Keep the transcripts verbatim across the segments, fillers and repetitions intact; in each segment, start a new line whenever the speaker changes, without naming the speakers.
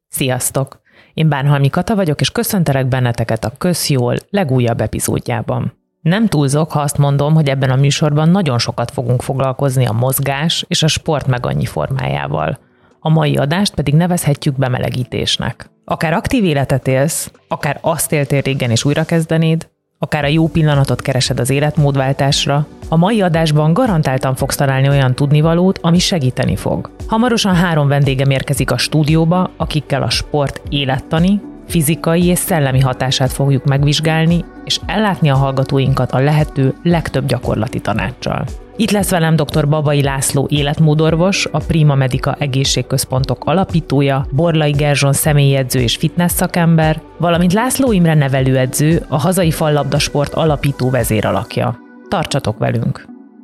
Sziasztok! Én Bánhalmi Kata vagyok, és köszöntelek benneteket a Közjól legújabb epizódjában. Nem túlzok, ha azt mondom, hogy ebben a műsorban nagyon sokat fogunk foglalkozni a mozgás és a sport meg annyi formájával. A mai adást pedig nevezhetjük bemelegítésnek. Akár aktív életet élsz, akár azt éltél régen és újrakezdenéd, akár a jó pillanatot keresed az életmódváltásra, a mai adásban garantáltan fogsz találni olyan tudnivalót, ami segíteni fog. Hamarosan három vendégem érkezik a stúdióba, akikkel a sport élettani, fizikai és szellemi hatását fogjuk megvizsgálni, és ellátni a hallgatóinkat a lehető legtöbb gyakorlati tanáccsal. Itt lesz velem dr. Babai László életmódorvos, a Prima Medica egészségközpontok alapítója, Borlai Gerzson személyedző és fitness szakember, valamint László Imre nevelőedző, a hazai fallabdasport alapító vezéralakja. Tartsatok velünk!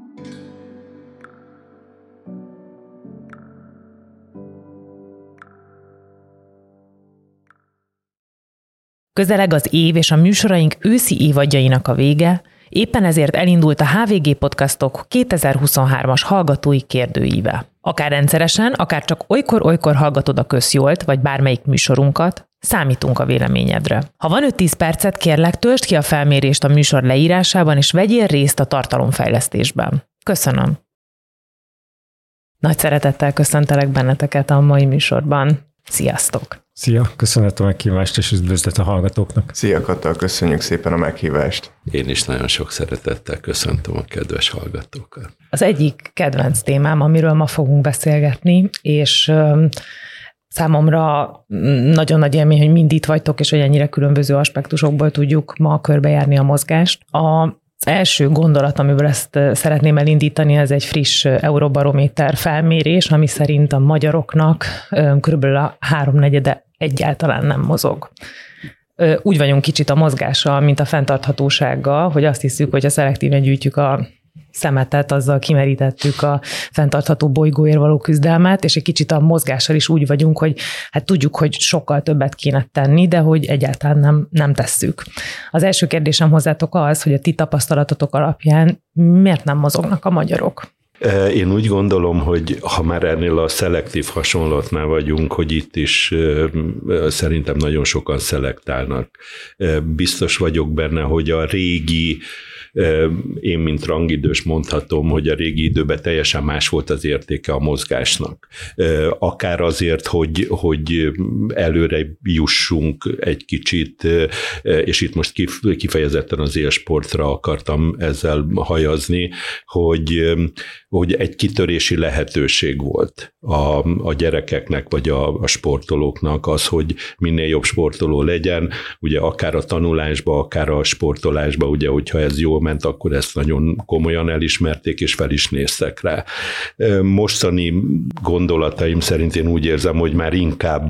Közeleg az év és a műsoraink őszi évadjainak a vége, éppen ezért elindult a há vé gé Podcastok kétezer-huszonhármas hallgatói kérdőíve. Akár rendszeresen, akár csak olykor-olykor hallgatod a Közjólt, vagy bármelyik műsorunkat, számítunk a véleményedre. Ha van öt-tíz percet, kérlek, töltsd ki a felmérést a műsor leírásában, és vegyél részt a tartalomfejlesztésben. Köszönöm! Nagy szeretettel köszöntelek benneteket a mai műsorban. Sziasztok!
Szia, köszönet a meghívást, és üdvözlet a hallgatóknak.
Szia Kata, köszönjük szépen a meghívást.
Én is nagyon sok szeretettel köszöntöm a kedves hallgatókat.
Az egyik kedvenc témám, amiről ma fogunk beszélgetni, és számomra nagyon nagy élmény, hogy mind itt vagytok, és hogy ennyire különböző aspektusokból tudjuk ma körbejárni a mozgást. A Az első gondolat, amiből ezt szeretném elindítani, ez egy friss Eurobarométer felmérés, ami szerint a magyaroknak körülbelül a háromnegyede egyáltalán nem mozog. Úgy vagyunk kicsit a mozgással, mint a fenntarthatósággal, hogy azt hiszük, hogy ha szelektíven gyűjtjük a szemetet, azzal kimerítettük a fenntartható bolygóért való küzdelmet, és egy kicsit a mozgással is úgy vagyunk, hogy hát tudjuk, hogy sokkal többet kéne tenni, de hogy egyáltalán nem, nem tesszük. Az első kérdésem hozzátok az, hogy a ti tapasztalatotok alapján miért nem mozognak a magyarok?
Én úgy gondolom, hogy ha már ennél a szelektív hasonlatnál vagyunk, hogy itt is szerintem nagyon sokan szelektálnak. Biztos vagyok benne, hogy a régi, én mint rangidős mondhatom, hogy a régi időben teljesen más volt az értéke a mozgásnak. Akár azért, hogy, hogy előre jussunk egy kicsit, és itt most kifejezetten az élsportra akartam ezzel hajazni, hogy, hogy egy kitörési lehetőség volt a, a gyerekeknek, vagy a, a sportolóknak az, hogy minél jobb sportoló legyen, ugye akár a tanulásba, akár a sportolásba, ugye, hogyha ez jól ment, akkor ezt nagyon komolyan elismerték, és fel is néztek rá. Mostani gondolataim szerint én úgy érzem, hogy már inkább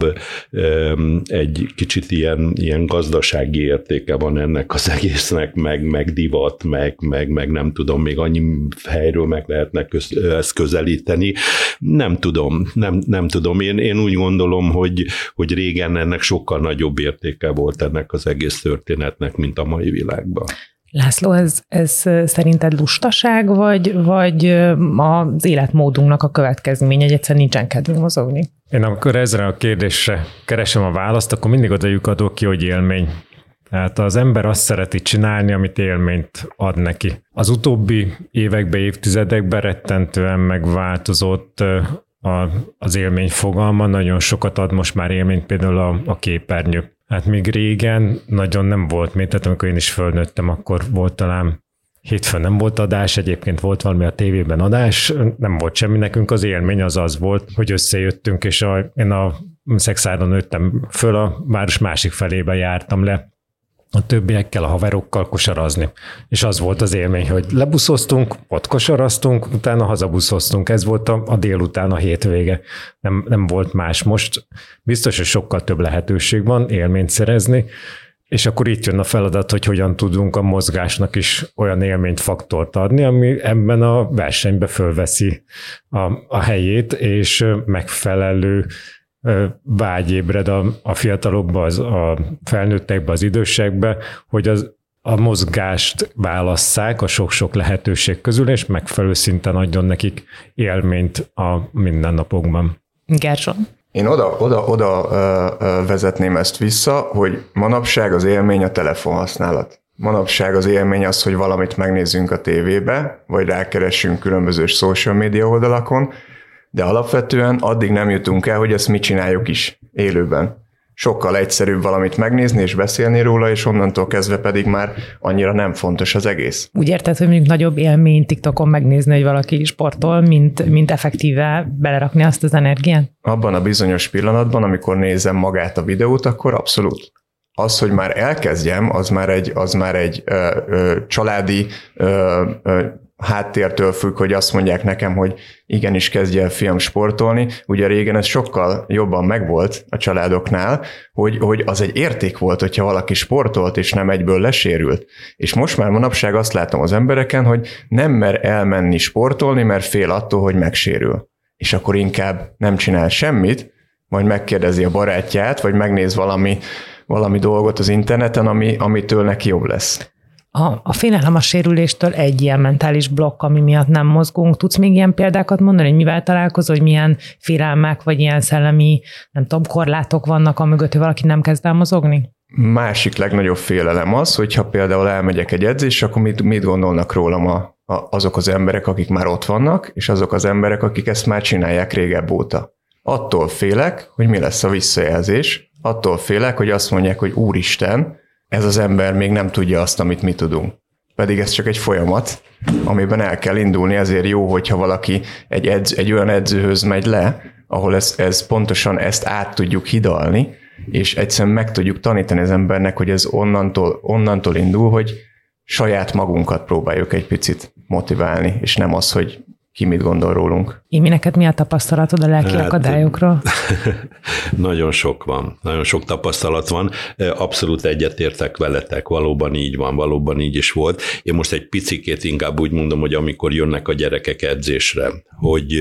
egy kicsit ilyen, ilyen gazdasági értéke van ennek az egésznek, meg, meg divat, meg, meg, meg nem tudom, még annyi helyről meg lehetne köz, ezt közelíteni. Nem tudom, nem, nem tudom. Én, én úgy gondolom, hogy, hogy régen ennek sokkal nagyobb értéke volt ennek az egész történetnek, mint a mai világban.
László, ez, ez szerinted lustaság, vagy, vagy az életmódunknak a következménye, hogy egyszerűen nincsen kedvünk mozogni?
Én amikor ezre a kérdésre keresem a választ, akkor mindig oda lyukadok ki, hogy élmény. Tehát az ember azt szereti csinálni, amit élményt ad neki. Az utóbbi években, évtizedekben rettentően megváltozott a, az élmény fogalma, nagyon sokat ad most már élményt, például a, a képernyő. Hát még régen nagyon nem volt még, tehát amikor én is fölnőttem, akkor volt talán hétfőn nem volt adás, egyébként volt valami a tévében adás, nem volt semmi, nekünk az élmény az az volt, hogy összejöttünk, és a, én a Szexárdon nőttem föl, a város másik felébe jártam le a többiekkel, a haverokkal kosarazni. És az volt az élmény, hogy lebuszoztunk, ott kosaraztunk, utána hazabuszoztunk. Ez volt a, a délután, a hétvége. Nem, nem volt más. Most biztos, hogy sokkal több lehetőség van élményt szerezni, és akkor itt jön a feladat, hogy hogyan tudunk a mozgásnak is olyan élményfaktort adni, ami ebben a versenyben fölveszi a, a helyét, és megfelelő vágyébred a, a fiatalokba, az, a felnőttekbe, az idősekbe, hogy az, a mozgást válasszák a sok-sok lehetőség közül, és megfelelő szinten adjon nekik élményt a mindennapokban.
Gerzson?
Én oda, oda, oda ö, ö, vezetném ezt vissza, hogy manapság az élmény a telefonhasználat. Manapság az élmény az, hogy valamit megnézzünk a tévébe, vagy rákeressünk különböző social media oldalakon, de alapvetően addig nem jutunk el, hogy ezt mi csináljuk is élőben. Sokkal egyszerűbb valamit megnézni és beszélni róla, és onnantól kezdve pedig már annyira nem fontos az egész.
Úgy érted, hogy mondjuk nagyobb élmény TikTokon megnézni, hogy valaki sportol, mint, mint effektíve belerakni azt az energiát?
Abban a bizonyos pillanatban, amikor nézem magát a videót, akkor abszolút. Az, hogy már elkezdjem, az már egy, az már egy ö, ö, családi ö, ö, háttértől függ, hogy azt mondják nekem, hogy igenis kezdje el fiam sportolni. Ugye régen ez sokkal jobban megvolt a családoknál, hogy, hogy az egy érték volt, hogyha valaki sportolt, és nem egyből lesérült. És most már manapság azt látom az embereken, hogy nem mer elmenni sportolni, mert fél attól, hogy megsérül. És akkor inkább nem csinál semmit, majd megkérdezi a barátját, vagy megnéz valami, valami dolgot az interneten, ami, amitől neki jobb lesz.
A, a félelem a sérüléstől egy ilyen mentális blokk, ami miatt nem mozgunk. Tudsz még ilyen példákat mondani, hogy mivel találkozol, hogy milyen félelmek, vagy ilyen szellemi, nem tudom, korlátok vannak, amögött, hogy valaki nem kezd el mozogni?
Másik legnagyobb félelem az, hogyha például elmegyek egy edzésre, akkor mit, mit gondolnak rólam a, a, azok az emberek, akik már ott vannak, és azok az emberek, akik ezt már csinálják régebb óta. Attól félek, hogy mi lesz a visszajelzés, attól félek, hogy azt mondják, hogy úristen, ez az ember még nem tudja azt, amit mi tudunk. Pedig ez csak egy folyamat, amiben el kell indulni, ezért jó, hogyha valaki egy, edz, egy olyan edzőhöz megy le, ahol ez, ez pontosan ezt át tudjuk hidalni, és egyszerűen meg tudjuk tanítani az embernek, hogy ez onnantól, onnantól indul, hogy saját magunkat próbáljuk egy picit motiválni, és nem az, hogy ki mit gondol rólunk.
Imi, neked mi a tapasztalatod a lelki hát, akadályokról?
Nagyon sok van, nagyon sok tapasztalat van. Abszolút egyetértek veletek, valóban így van, valóban így is volt. Én most egy picikét inkább úgy mondom, hogy amikor jönnek a gyerekek edzésre, hogy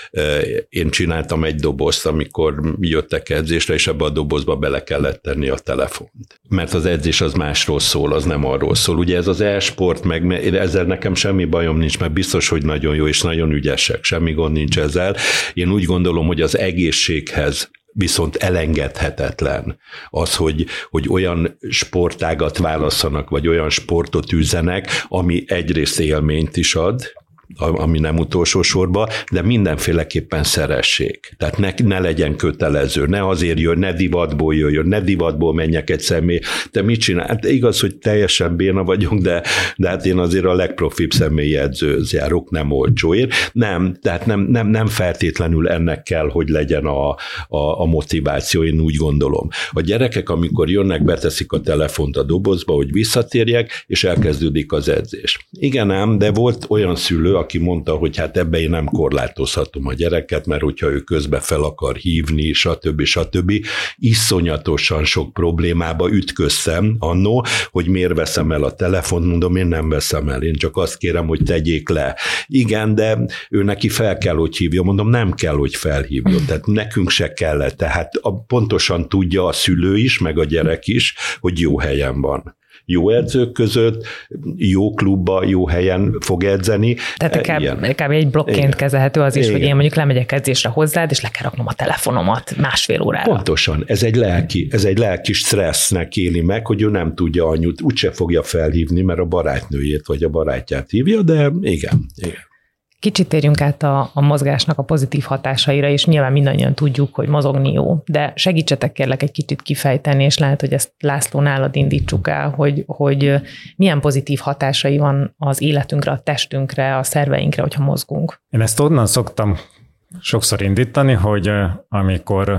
én csináltam egy dobozt, amikor jöttek edzésre, és ebbe a dobozba bele kellett tenni a telefont. Mert az edzés az másról szól, az nem arról szól. Ugye ez az e-sport, meg ezzel nekem semmi bajom nincs, mert biztos, hogy nagyon jó és nagyon ügyesek, semmi gond nincs ezzel. Én úgy gondolom, hogy az egészséghez viszont elengedhetetlen az, hogy, hogy olyan sportágat válasszanak, vagy olyan sportot űzzenek, ami egyrészt élményt is ad, ami nem utolsó sorba, de mindenféleképpen szeressék. Tehát ne, ne legyen kötelező, ne azért jön, ne divatból jöjjön, ne divatból menjek egy személy. Te mit csinál? Hát igaz, hogy teljesen béna vagyok, de, de hát én azért a legprofibb személyi edzőhöz járok, nem olcsóért. Nem, tehát nem, nem, nem feltétlenül ennek kell, hogy legyen a, a, a motiváció, én úgy gondolom. A gyerekek, amikor jönnek, beteszik a telefont a dobozba, hogy visszatérjek, és elkezdődik az edzés. Igen ám, de volt olyan szülő, aki mondta, hogy hát ebbe én nem korlátozhatom a gyereket, mert hogyha ő közbe fel akar hívni, stb. stb. Iszonyatosan sok problémába ütköztem annó, hogy miért veszem el a telefont, mondom, én nem veszem el, én csak azt kérem, hogy tegyék le. Igen, de ő neki fel kell, hogy hívja, mondom, nem kell, hogy felhívjon, tehát nekünk se kellett, tehát a, pontosan tudja a szülő is, meg a gyerek is, hogy jó helyen van. Jó edzők között, jó klubba, jó helyen fog edzeni.
Tehát kb. Egy blokként kezelhető az is, igen, hogy én mondjuk lemegyek edzésre hozzád, és le kell raknom a telefonomat másfél órára.
Pontosan, ez egy lelki, ez egy lelki stressznek éli meg, hogy ő nem tudja anyut, úgyse fogja felhívni, mert a barátnőjét vagy a barátját hívja, de igen, igen.
Kicsit térjünk át a, a mozgásnak a pozitív hatásaira, és nyilván mindannyian tudjuk, hogy mozogni jó, de segítsetek kérlek egy kicsit kifejteni, és lehet, hogy ezt László nálad indítsuk el, hogy, hogy milyen pozitív hatásai van az életünkre, a testünkre, a szerveinkre, hogyha mozgunk.
Én ezt onnan szoktam sokszor indítani, hogy amikor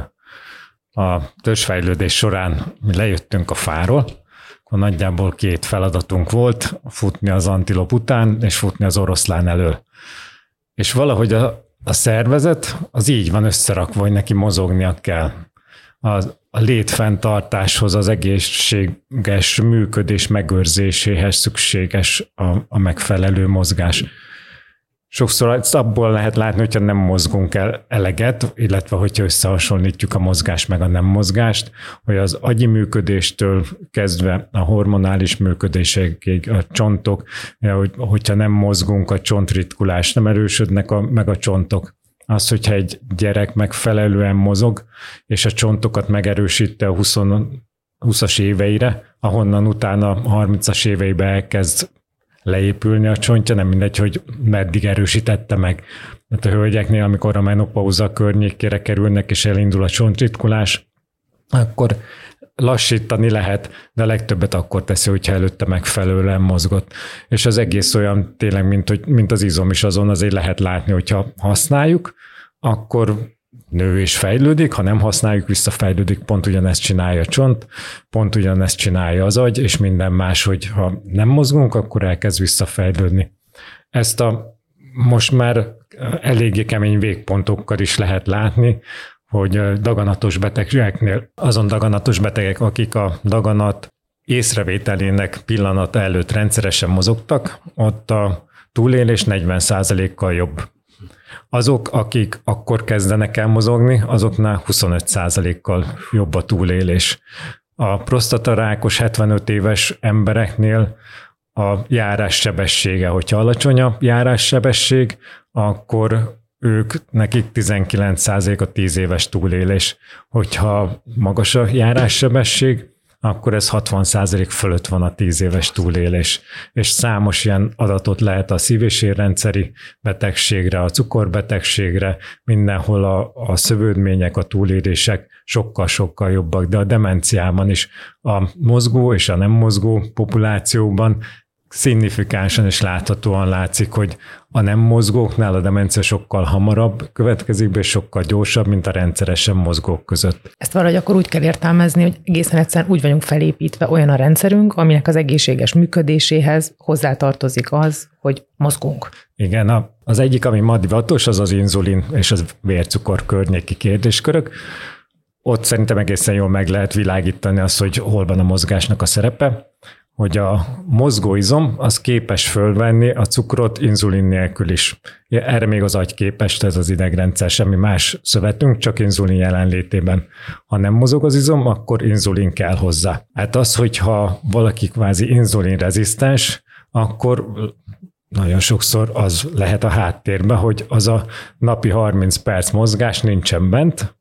a törzsfejlődés során mi lejöttünk a fáról, akkor nagyjából két feladatunk volt, futni az antilop után, és futni az oroszlán elől. És valahogy a, a szervezet az így van összerakva, hogy neki mozognia kell. A, a létfenntartáshoz, az egészséges működés megőrzéséhez szükséges a, a megfelelő mozgás. Sokszor abból lehet látni, hogyha nem mozgunk el eleget, illetve hogyha összehasonlítjuk a mozgást meg a nem mozgást, hogy az agyi működéstől kezdve a hormonális működésekig, a csontok, hogy, hogyha nem mozgunk, a csontritkulás nem erősödnek a, meg a csontok, az, hogyha egy gyerek megfelelően mozog, és a csontokat megerősíti a húszas éveire, ahonnan utána a harmincas éveibe elkezd leépülni a csontja, nem mindegy, hogy meddig erősítette meg. Mert a hölgyeknél, amikor a menopauza környékére kerülnek, és elindul a csontritkulás, akkor lassítani lehet, de a legtöbbet akkor teszi, hogyha előtte megfelelően mozgott. És az egész olyan tényleg, mint, hogy, mint az izom is, azon azért lehet látni, hogyha használjuk, akkor nő és fejlődik, ha nem használjuk, visszafejlődik, pont ugyanezt csinálja a csont, pont ugyanezt csinálja az agy, és minden más, hogy ha nem mozgunk, akkor elkezd visszafejlődni. Ezt a most már eléggé kemény végpontokkal is lehet látni, hogy daganatos betegségeknél, azon daganatos betegek, akik a daganat észrevételének pillanata előtt rendszeresen mozogtak, ott a túlélés negyven százalékkal jobb. Azok, akik akkor kezdenek el mozogni, azoknál huszonöt százalékkal jobb a túlélés. A prostatarákos hetvenöt éves embereknél a járássebessége, hogyha alacsony a járássebesség, akkor ők, nekik tizenkilenc százalék a tíz éves túlélés. Hogyha magas a járássebesség, akkor ez hatvan százalék fölött van a tíz éves túlélés. És számos ilyen adatot lehet a szív- és érrendszeri betegségre, a cukorbetegségre, mindenhol a, a szövődmények, a túlélések sokkal-sokkal jobbak, de a demenciában is a mozgó és a nem mozgó populációban szignifikánsan és láthatóan látszik, hogy a nem mozgóknál a demencia sokkal hamarabb következik be, és sokkal gyorsabb, mint a rendszeresen mozgók között.
Ezt valahogy akkor úgy kell értelmezni, hogy egészen egyszerűen úgy vagyunk felépítve, olyan a rendszerünk, aminek az egészséges működéséhez hozzátartozik az, hogy mozgunk.
Igen, az egyik, ami ma divatos, az az inzulin és az vércukor környéki kérdéskörök. Ott szerintem egészen jól meg lehet világítani azt, hogy hol van a mozgásnak a szerepe, hogy a mozgóizom az képes fölvenni a cukrot inzulin nélkül is. Erre még az agy képes, ez az idegrendszer, semmi más szövetünk, csak inzulin jelenlétében. Ha nem mozog az izom, akkor inzulin kell hozzá. Hát az, hogyha valaki kvázi inzulinrezisztens, akkor nagyon sokszor az lehet a háttérben, hogy az a napi harminc perc mozgás nincsen bent,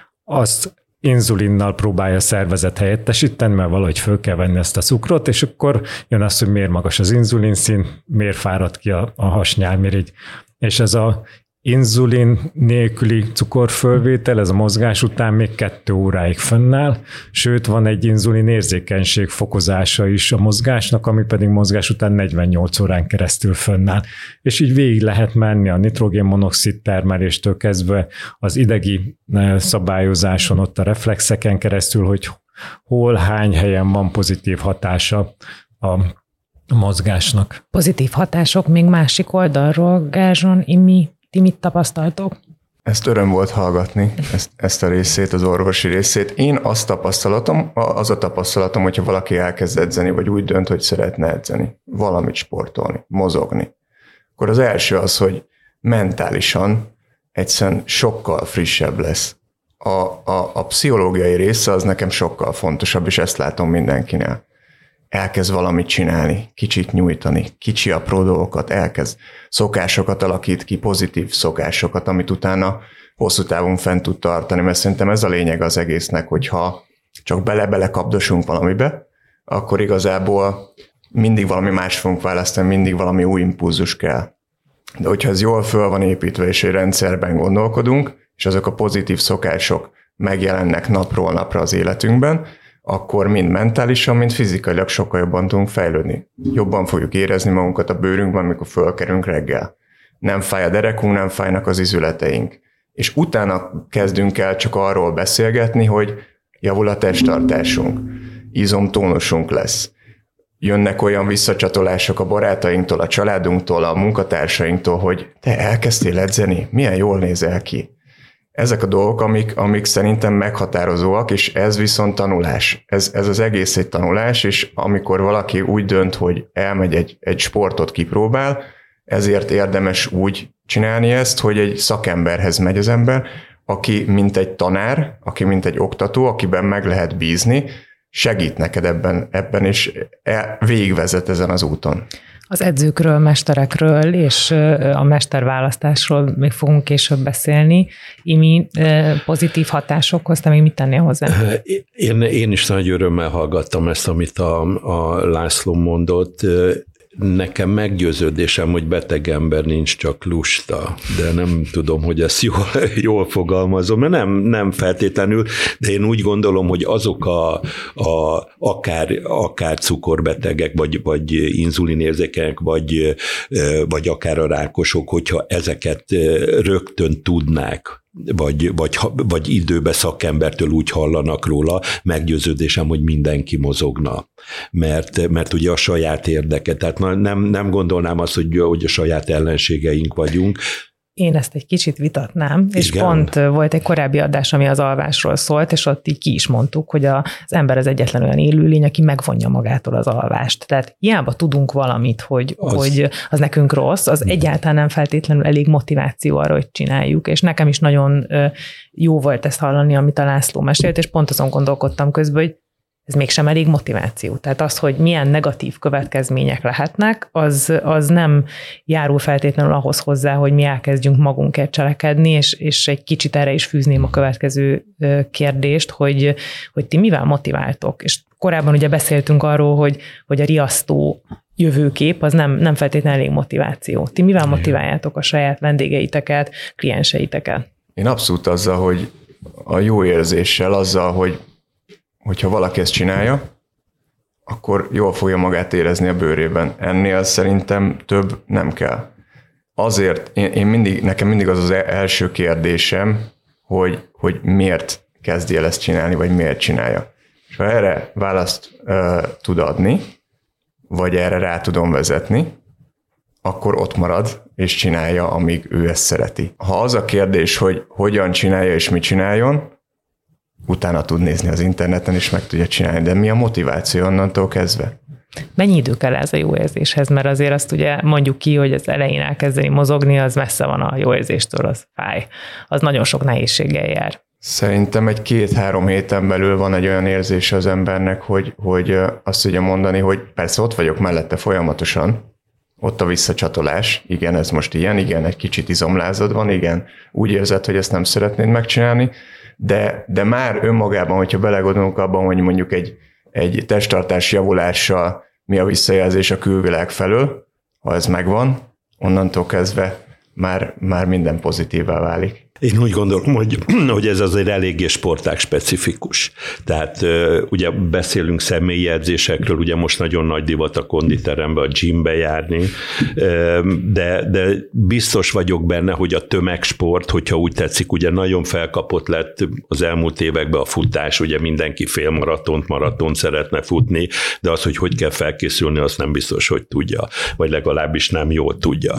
azt inzulinnal próbálja a szervezet helyettesíteni, mert valahogy föl kell venni ezt a cukrot, és akkor jön az, hogy miért magas az inzulinszín, miért fárad ki a, a hasnyálmirigy. És ez a inzulin nélküli cukorfölvétel, ez a mozgás után még kettő óráig fönnáll, sőt van egy inzulin érzékenység fokozása is a mozgásnak, ami pedig mozgás után negyvennyolc órán keresztül fönnáll. És így végig lehet menni a nitrogénmonoxid termeléstől kezdve az idegi szabályozáson, ott a reflexeken keresztül, hogy hol, hány helyen van pozitív hatása a mozgásnak.
Pozitív hatások még másik oldalról, Gerzson, Imi, ti mit tapasztaltok?
Ezt öröm volt hallgatni, ezt, ezt a részét, az orvosi részét. Én azt tapasztalatom, az a tapasztalatom, hogyha valaki elkezd edzeni, vagy úgy dönt, hogy szeretne edzeni, valamit sportolni, mozogni, akkor az első az, hogy mentálisan egyszerűen sokkal frissebb lesz. A, a, a pszichológiai része az nekem sokkal fontosabb, és ezt látom mindenkinél. Elkezd valamit csinálni, kicsit nyújtani, kicsi apró dolgokat, elkezd szokásokat alakít ki, pozitív szokásokat, amit utána hosszú távon fent tud tartani, mert szerintem ez a lényeg az egésznek, hogyha csak bele-bele kapdosunk valamibe, akkor igazából mindig valami más fogunk választani, mindig valami új impulzus kell. De hogyha ez jól föl van építve, és egy rendszerben gondolkodunk, és azok a pozitív szokások megjelennek napról napra az életünkben, akkor mind mentálisan, mind fizikailag sokkal jobban tudunk fejlődni. Jobban fogjuk érezni magunkat a bőrünkben, amikor fölkerünk reggel. Nem fáj a derekunk, nem fájnak az izületeink. És utána kezdünk el csak arról beszélgetni, hogy javul a testtartásunk, izomtónusunk lesz. Jönnek olyan visszacsatolások a barátainktól, a családunktól, a munkatársainktól, hogy te elkezdtél edzeni, milyen jól nézel ki. Ezek a dolgok, amik, amik szerintem meghatározóak, és ez viszont tanulás. Ez, ez az egész egy tanulás, és amikor valaki úgy dönt, hogy elmegy egy, egy sportot kipróbál, ezért érdemes úgy csinálni ezt, hogy egy szakemberhez megy az ember, aki mint egy tanár, aki mint egy oktató, akiben meg lehet bízni, segít neked ebben, ebben és végigvezet ezen az úton.
Az edzőkről, mesterekről és a mesterválasztásról még fogunk később beszélni. Imi, pozitív hatásokhoz, te még mit tennél hozzá?
Én, én is nagy örömmel hallgattam ezt, amit a, a László mondott. Nekem meggyőződésem, hogy beteg ember nincs, csak lusta, de nem tudom, hogy ezt jól, jól fogalmazom, mert nem, nem feltétlenül, de én úgy gondolom, hogy azok a, a akár, akár cukorbetegek, vagy, vagy inzulinérzékenyek, vagy, vagy akár a rákosok, hogyha ezeket rögtön tudnák, vagy, vagy, vagy időbe szakembertől úgy hallanak róla, meggyőződésem, hogy mindenki mozogna. Mert, mert ugye a saját érdeke, tehát nem, nem gondolnám azt, hogy, hogy a saját ellenségeink vagyunk.
Én ezt egy kicsit vitatnám, és
Igen.
pont volt egy korábbi adás, ami az alvásról szólt, és ott így ki is mondtuk, hogy az ember az egyetlen olyan élőlény, aki megvonja magától az alvást. Tehát hiába tudunk valamit, hogy az, hogy az nekünk rossz, az egyáltalán nem feltétlenül elég motiváció arra, hogy csináljuk. És nekem is nagyon jó volt ezt hallani, amit a László mesélt, és pont azon gondolkodtam közben, hogy ez mégsem elég motiváció. Tehát az, hogy milyen negatív következmények lehetnek, az, az nem járul feltétlenül ahhoz hozzá, hogy mi elkezdjünk magunkért cselekedni, és, és egy kicsit erre is fűzném a következő kérdést, hogy, hogy ti mivel motiváltok? És korábban ugye beszéltünk arról, hogy, hogy a riasztó jövőkép az nem, nem feltétlenül elég motiváció. Ti mivel motiváljátok a saját vendégeiteket, klienseiteket?
Én abszolút azzal, hogy a jó érzéssel, azzal, hogy hogyha valaki ezt csinálja, akkor jól fogja magát érezni a bőrében. Ennél szerintem több nem kell. Azért én, én mindig, nekem mindig az az első kérdésem, hogy, hogy miért kezdje el ezt csinálni, vagy miért csinálja. És ha erre választ uh, tud adni, vagy erre rá tudom vezetni, akkor ott marad, és csinálja, amíg ő ezt szereti. Ha az a kérdés, hogy hogyan csinálja és mit csináljon, utána tud nézni az interneten, és meg tudja csinálni. De mi a motiváció onnantól kezdve?
Mennyi idő kell ez a jó érzéshez? Mert azért azt ugye mondjuk ki, hogy az elején elkezdeni mozogni, az messze van a jó érzéstől, az fáj. Az nagyon sok nehézséggel jár.
Szerintem egy két-három héten belül van egy olyan érzése az embernek, hogy, hogy azt tudja mondani, hogy persze ott vagyok mellette folyamatosan, ott a visszacsatolás, igen, ez most ilyen, igen, egy kicsit izomlázad van, igen, úgy érzed, hogy ezt nem szeretnéd megcsinálni, De, de már önmagában, hogyha belegondolunk abban, hogy mondjuk egy, egy testtartás javulással mi a visszajelzés a külvilág felől, ha ez megvan, onnantól kezdve már, már minden pozitívvá válik.
Én úgy gondolom, hogy, hogy ez azért eléggé sportág specifikus. Tehát ugye beszélünk személyi edzésekről, ugye most nagyon nagy divat a konditerembe, a gymbe járni, de, de biztos vagyok benne, hogy a tömegsport, hogyha úgy tetszik, ugye nagyon felkapott lett az elmúlt években a futás, ugye mindenki félmaratont, maratont szeretne futni, de az, hogy hogy kell felkészülni, azt nem biztos, hogy tudja, vagy legalábbis nem jól tudja.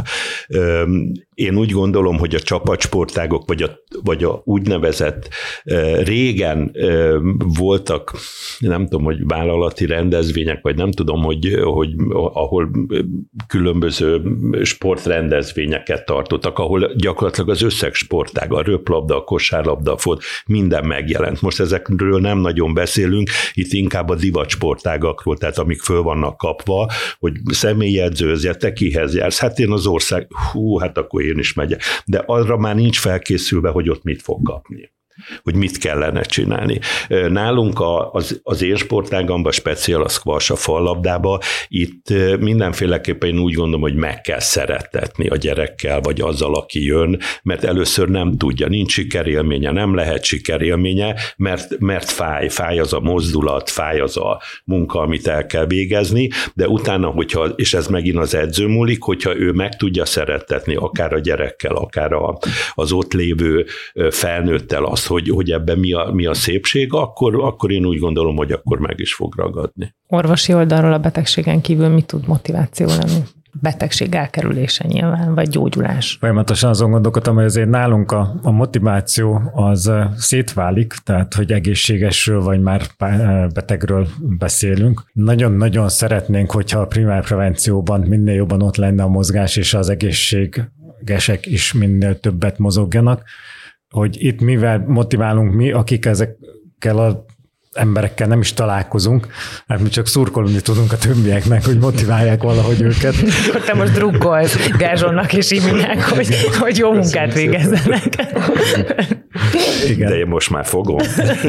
Én úgy gondolom, hogy a csapatsportágok, vagy a, vagy a úgynevezett régen voltak, nem tudom, hogy vállalati rendezvények, vagy nem tudom, hogy, hogy ahol különböző sportrendezvényeket tartottak, ahol gyakorlatilag az összes sportág, a röplabda, a kosárlabda, a fot, minden megjelent. Most ezekről nem nagyon beszélünk, itt inkább a divatsportágakról, tehát amik föl vannak kapva, hogy személyedzőzje, te kihez jársz, hát én az ország, hú, hát akkor én is megyek. De arra már nincs felkészülve, hogy ott mit fog kapni, hogy mit kellene csinálni. Nálunk az, az én sportágamban, speciál a squash, a fallabdába, itt mindenféleképpen én úgy gondolom, hogy meg kell szerettetni a gyerekkel, vagy azzal, aki jön, mert először nem tudja, nincs sikerélménye, nem lehet sikerélménye, mert, mert fáj, fáj az a mozdulat, fáj az a munka, amit el kell végezni, de utána, hogyha, és ez megint az edző múlik, hogyha ő meg tudja szerettetni akár a gyerekkel, akár a, az ott lévő felnőttel azt, hogy, hogy ebben mi a, mi a szépség, akkor, akkor én úgy gondolom, hogy akkor meg is fog ragadni.
Orvosi oldalról a betegségen kívül mit tud motiváció lenni? Betegség elkerülése nyilván, vagy gyógyulás.
Folyamatosan azon gondolkodtam, hogy azért nálunk a, a motiváció az szétválik, tehát hogy egészségesről vagy már betegről beszélünk. Nagyon-nagyon szeretnénk, hogyha a primár prevencióban minél jobban ott lenne a mozgás, és az egészségesek is minél többet mozogjanak, hogy itt mivel motiválunk mi, akik ezekkel a emberekkel nem is találkozunk, hát mi csak szurkolni tudunk a többieknek, hogy motiválják valahogy őket.
Akkor te most drukkolsz Gázsonnak és Iminek, hogy, hogy jó munkát végezzenek.
Igen. De én most már fogom.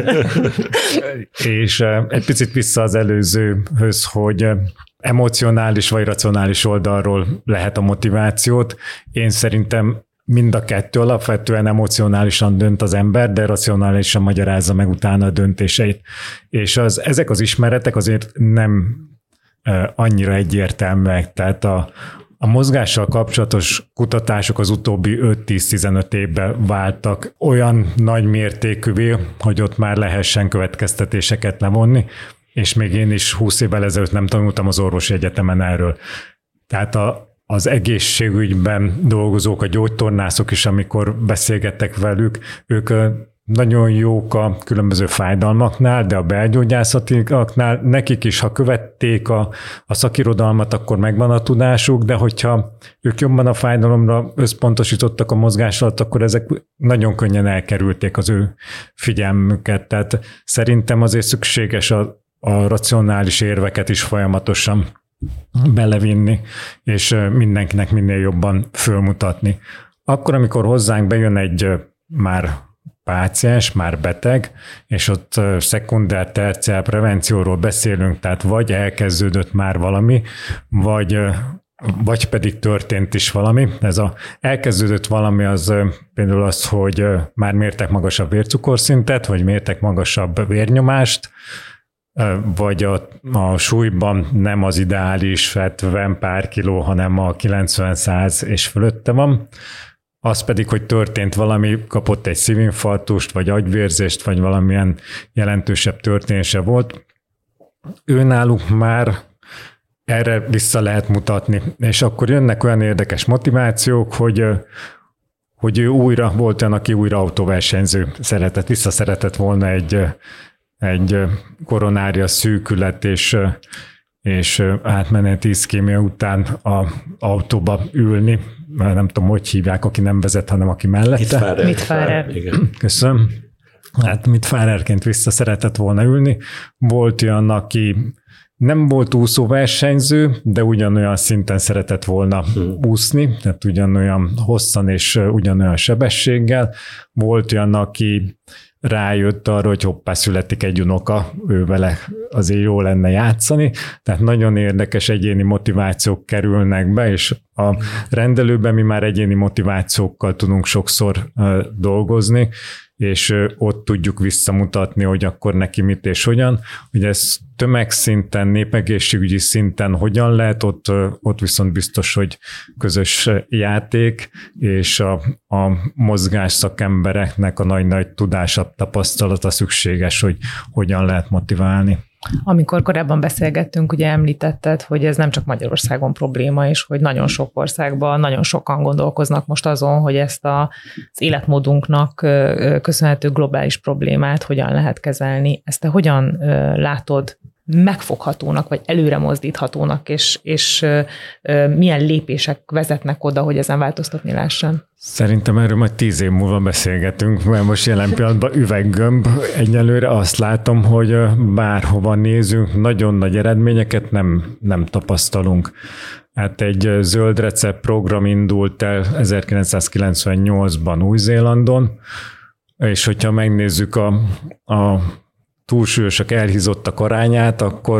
És egy picit vissza az előzőhöz, hogy emocionális vagy racionális oldalról lehet a motivációt. Én szerintem mind a kettő, alapvetően emocionálisan dönt az ember, de racionálisan magyarázza meg utána a döntéseit. És az, ezek az ismeretek azért nem uh, annyira egyértelműek, tehát a, a mozgással kapcsolatos kutatások az utóbbi öt-tíz-tizenöt évben váltak olyan nagy mértékűvé, hogy ott már lehessen következtetéseket levonni, és még én is húsz évvel ezelőtt nem tanultam az orvosi egyetemen erről. Tehát a az egészségügyben dolgozók, a gyógytornászok is, amikor beszélgettek velük, ők nagyon jók a különböző fájdalmaknál, de a belgyógyászatiknál nekik is, ha követték a, a szakirodalmat, akkor megvan a tudásuk, de hogyha ők jobban a fájdalomra összpontosítottak a mozgás alatt, akkor ezek nagyon könnyen elkerülték az ő figyelmüket. Tehát szerintem azért szükséges a, a racionális érveket is folyamatosan belevinni, és mindenkinek minél jobban fölmutatni. Akkor, amikor hozzánk bejön egy már páciens, már beteg, és ott szekundár, terciár prevencióról beszélünk, tehát vagy elkezdődött már valami, vagy, vagy pedig történt is valami. Ez a elkezdődött valami az például az, hogy már mértek magasabb vércukorszintet, vagy mértek magasabb vérnyomást, vagy a, a súlyban nem az ideális hetven pár kiló, hanem a kilencven-száz és fölötte van. Az pedig, hogy történt valami, kapott egy szívinfarktust, vagy agyvérzést, vagy valamilyen jelentősebb történése volt. Őnáluk már erre vissza lehet mutatni. És akkor jönnek olyan érdekes motivációk, hogy hogy ő újra volt olyan, aki újra autóversenyző szeretett, vissza szeretett volna egy egy koronária szűkület és, és átmeneti iszkémia után a autóba ülni, nem tudom, hogy hívják, aki nem vezet, hanem aki mellette.
Mitfahrer.
Köszönöm. Hát Mitfahrerként vissza szeretett volna ülni. Volt olyan, aki nem volt úszóversenyző, de ugyanolyan szinten szeretett volna úszni, tehát ugyanolyan hosszan és ugyanolyan sebességgel. Volt olyan, aki rájött arra, hogy hoppá, születik egy unoka, ő vele azért jó lenne játszani, tehát nagyon érdekes egyéni motivációk kerülnek be, és a rendelőben mi már egyéni motivációkkal tudunk sokszor dolgozni, és ott tudjuk visszamutatni, hogy akkor neki mit és hogyan. Ugye ez tömegszinten, népegészségügyi szinten hogyan lehet, ott, ott viszont biztos, hogy közös játék, és a, a mozgás szakembereknek a nagy-nagy tudása, tapasztalata szükséges, hogy hogyan lehet motiválni.
Amikor korábban beszélgettünk, ugye említetted, hogy ez nem csak Magyarországon probléma, és hogy nagyon sok országban nagyon sokan gondolkoznak most azon, hogy ezt a, az életmódunknak köszönhető globális problémát hogyan lehet kezelni. Ezt te hogyan látod megfoghatónak, vagy előre mozdíthatónak, és, és milyen lépések vezetnek oda, hogy ezen változtatni lehessen?
Szerintem erről majd tíz év múlva beszélgetünk, mert most jelen pillanatban üveggömb. Egyelőre azt látom, hogy bárhova nézünk, nagyon nagy eredményeket nem, nem tapasztalunk. Hát egy zöld recept program indult el ezerkilencszázkilencvennyolcban Új-Zélandon, és hogyha megnézzük a, a túlsúlyosak, elhízottak arányát, akkor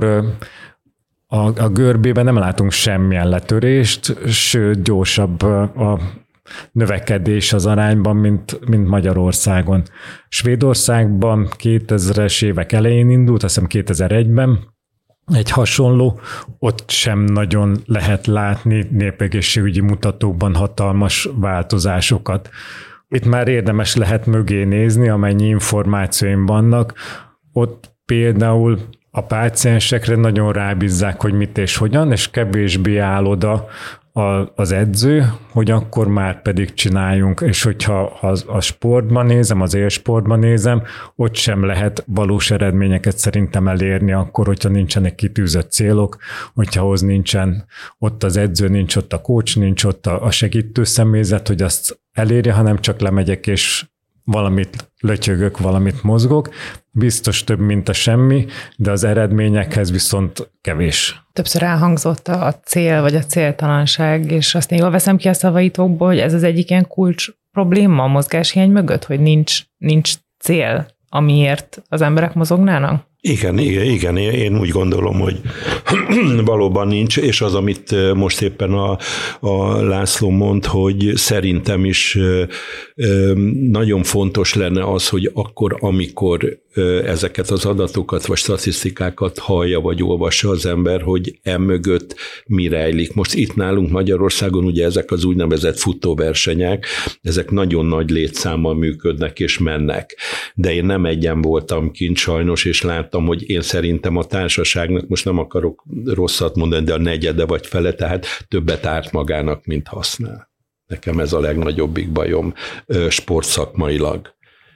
a, a görbében nem látunk semmilyen letörést, sőt gyorsabb a növekedés az arányban, mint, mint Magyarországon. Svédországban kétezres évek elején indult, azt hiszem kétezer-egyben egy hasonló, ott sem nagyon lehet látni népegészségügyi mutatókban hatalmas változásokat. Itt már érdemes lehet mögé nézni, amennyi információim vannak. Ott például a páciensekre nagyon rábízzák, hogy mit és hogyan, és kevésbé áll oda az edző, hogy akkor már pedig csináljunk, és hogyha az, a sportban nézem, az élsportban nézem, ott sem lehet valós eredményeket szerintem elérni akkor, hogyha nincsenek kitűzött célok, hogyha ahhoz nincsen ott az edző, nincs ott a coach, nincs ott a segítő személyzet, hogy azt elérje, hanem csak lemegyek és valamit lötyögök, valamit mozgok, biztos több, mint a semmi, de az eredményekhez viszont kevés.
Többször elhangzott a cél, vagy a céltalanság, és azt én jól veszem ki a szavaitokból, hogy ez az egyik ilyen kulcs probléma a mozgáshiány mögött, hogy nincs, nincs cél, amiért az emberek mozognának?
Igen, igen, igen, én úgy gondolom, hogy valóban nincs, és az, amit most éppen a, a László mond, hogy szerintem is nagyon fontos lenne az, hogy akkor, amikor ezeket az adatokat vagy statisztikákat hallja vagy olvassa az ember, hogy emögött mi rejlik. Most itt nálunk Magyarországon ugye ezek az úgynevezett futóversenyek, ezek nagyon nagy létszámmal működnek és mennek. De én nem egyen voltam kint sajnos, és láttam, hogy én szerintem a társaságnak, most nem akarok rosszat mondani, de a negyede vagy fele, tehát többet árt magának, mint használ. Nekem ez a legnagyobbik bajom sportszakmailag.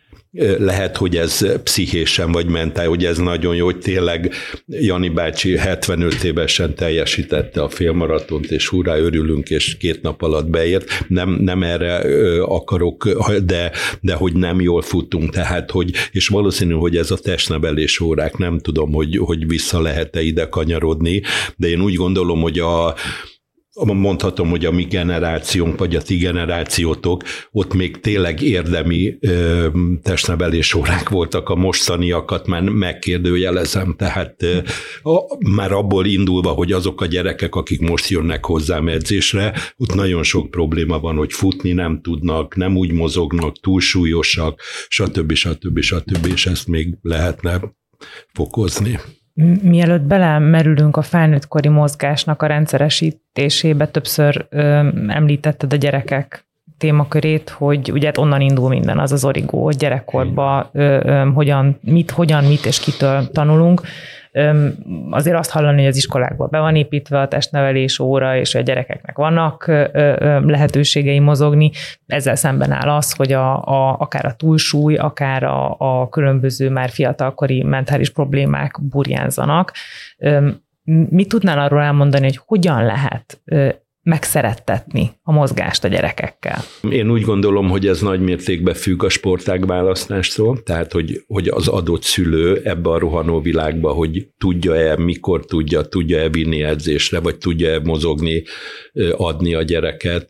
Lehet, hogy ez pszichésen vagy mentál, hogy ez nagyon jó, hogy tényleg Jani bácsi hetvenöt évesen teljesítette a félmaratont, és hurrá, örülünk, és két nap alatt beért. Nem, nem erre akarok, de, de hogy nem jól futunk, tehát, hogy, és valószínű, hogy ez a testnevelés órák, nem tudom, hogy, hogy vissza lehet-e ide kanyarodni, de én úgy gondolom, hogy a mondhatom, hogy a mi generációnk, vagy a ti generációtok, ott még tényleg érdemi ö, testnevelés órák voltak, a mostaniakat már megkérdőjelezem, tehát ö, a, már abból indulva, hogy azok a gyerekek, akik most jönnek hozzám edzésre, ott nagyon sok probléma van, hogy futni nem tudnak, nem úgy mozognak, túlsúlyosak, stb. stb. stb. És ezt még lehetne fokozni.
Mielőtt belemerülünk a felnőttkori mozgásnak a rendszeresítésébe, többször ö, említetted a gyerekek témakörét, hogy ugye onnan indul minden, az az origó, hogy gyerekkorban ö, ö, hogyan, mit, hogyan, mit és kitől tanulunk. Ö, azért azt hallani, hogy az iskolákban be van építve a testnevelés óra, és a gyerekeknek vannak ö, ö, lehetőségei mozogni. Ezzel szemben áll az, hogy a, a, akár a túlsúly, akár a, a különböző már fiatalkori mentális problémák burjánzanak. Ö, mit tudnál arról elmondani, hogy hogyan lehet ö, megszerettetni a mozgást a gyerekekkel?
Én úgy gondolom, hogy ez nagy mértékben függ a sportág választástól, tehát hogy, hogy az adott szülő ebbe a rohanó világba, hogy tudja-e, mikor tudja, tudja-e vinni edzésre, vagy tudja-e mozogni, adni a gyereket.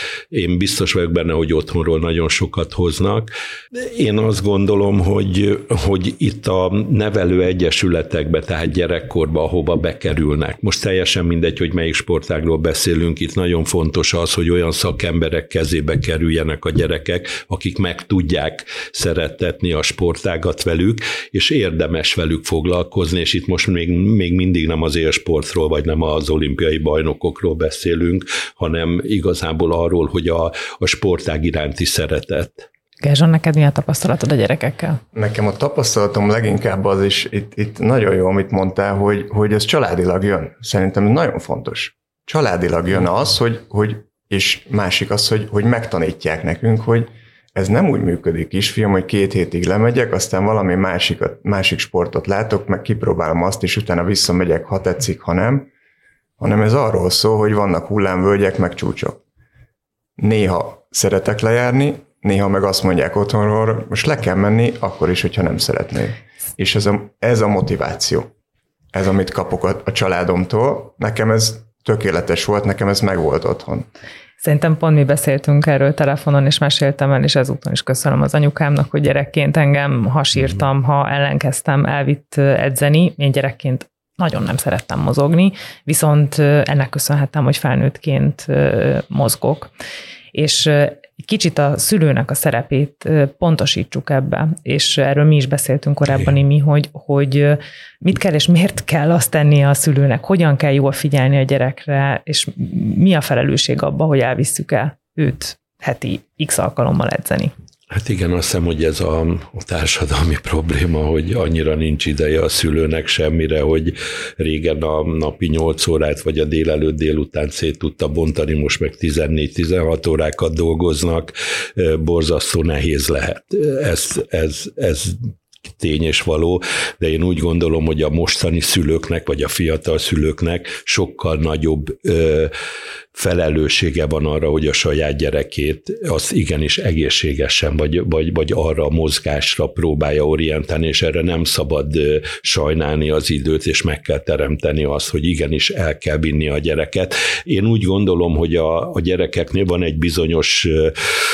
Én biztos vagyok benne, hogy otthonról nagyon sokat hoznak. Én azt gondolom, hogy, hogy itt a nevelő egyesületekbe, tehát gyerekkorba, ahova bekerülnek. Most teljesen mindegy, hogy melyik sportágról beszélünk, itt nagyon fontos az, hogy olyan szakemberek kezébe kerüljenek a gyerekek, akik meg tudják szerettetni a sportágat velük, és érdemes velük foglalkozni, és itt most még, még mindig nem az élsportról, vagy nem az olimpiai bajnokokról beszélünk, hanem igazából arról, hogy a, a sportág iránti szeretet.
Gerzson, neked mi a tapasztalatod a gyerekekkel?
Nekem a tapasztalatom leginkább az is, itt, itt nagyon jó, amit mondtál, hogy, hogy ez családilag jön. Szerintem nagyon fontos. Családilag jön az, hogy, hogy és másik az, hogy, hogy megtanítják nekünk, hogy ez nem úgy működik, kisfiam, hogy két hétig lemegyek, aztán valami másikat, másik sportot látok, meg kipróbálom azt, és utána visszamegyek, ha tetszik, ha nem, hanem ez arról szól, hogy vannak hullámvölgyek, meg csúcsok. Néha szeretek lejárni, néha meg azt mondják otthonról, most le kell menni, akkor is, hogyha nem szeretnél. És ez a, ez a motiváció. Ez, amit kapok a, a családomtól. Nekem ez tökéletes volt, nekem ez megvolt otthon.
Szerintem pont mi beszéltünk erről telefonon, és meséltem el, és ezúton is köszönöm az anyukámnak, hogy gyerekként engem hasírtam, ha ellenkeztem, elvitt edzeni. Én gyerekként nagyon nem szerettem mozogni, viszont ennek köszönhettem, hogy felnőttként mozgok. És kicsit a szülőnek a szerepét pontosítsuk ebbe, és erről mi is beszéltünk korábban, mi, hogy, hogy mit kell és miért kell azt tennie a szülőnek, hogyan kell jól figyelni a gyerekre, és mi a felelősség abban, hogy elvisszük el őt heti x alkalommal edzeni.
Hát igen, azt hiszem, hogy ez a, a társadalmi probléma, hogy annyira nincs ideje a szülőnek semmire, hogy régen a napi nyolc órát vagy a délelőtt délután szét tudta bontani, most meg tizennégy-tizenhat órákat dolgoznak, borzasztó nehéz lehet. Ez, ez, ez tény és való, de én úgy gondolom, hogy a mostani szülőknek, vagy a fiatal szülőknek sokkal nagyobb ö, felelőssége van arra, hogy a saját gyerekét az igenis egészségesen, vagy, vagy, vagy arra a mozgásra próbálja orientálni, és erre nem szabad ö, sajnálni az időt, és meg kell teremteni azt, hogy igenis el kell vinni a gyereket. Én úgy gondolom, hogy a, a gyerekeknél van egy bizonyos ö,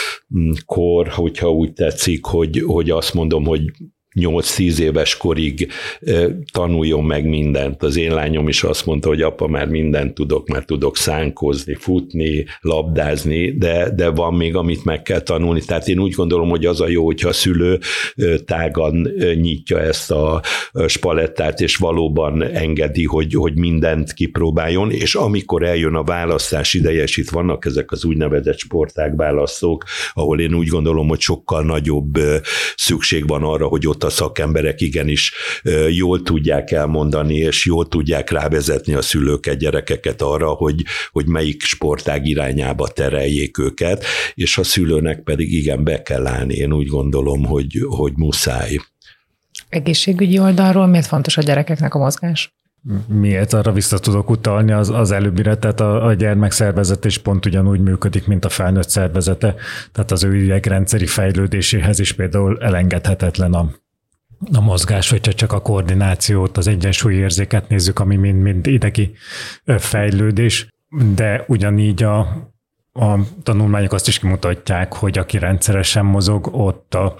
kor, hogyha úgy tetszik, hogy, hogy azt mondom, hogy nyolc-tíz éves korig tanuljon meg mindent. Az én lányom is azt mondta, hogy apa, már mindent tudok, már tudok szánkozni, futni, labdázni, de, de van még, amit meg kell tanulni. Tehát én úgy gondolom, hogy az a jó, hogyha a szülő tágan nyitja ezt a spalettát, és valóban engedi, hogy, hogy mindent kipróbáljon, és amikor eljön a választás ideje, és itt vannak ezek az úgynevezett sportágválasztók, ahol én úgy gondolom, hogy sokkal nagyobb szükség van arra, hogy ott a szakemberek igenis jól tudják elmondani, és jól tudják rávezetni a szülőket, gyerekeket arra, hogy, hogy melyik sportág irányába tereljék őket, és a szülőnek pedig igen, be kell állni. Én úgy gondolom, hogy, hogy muszáj.
Egészségügyi oldalról miért fontos a gyerekeknek a mozgás?
Miért arra vissza tudok utalni az, az előbbire, tehát a, a gyermekszervezet is pont ugyanúgy működik, mint a felnőtt szervezete, tehát az ő idegrendszeri fejlődéséhez is például elengedhetetlen a, a mozgás, hogyha csak a koordinációt, az egyensúlyérzéket nézzük, ami mind-mind idegi fejlődés, de ugyanígy a, a tanulmányok azt is kimutatják, hogy aki rendszeresen mozog, ott a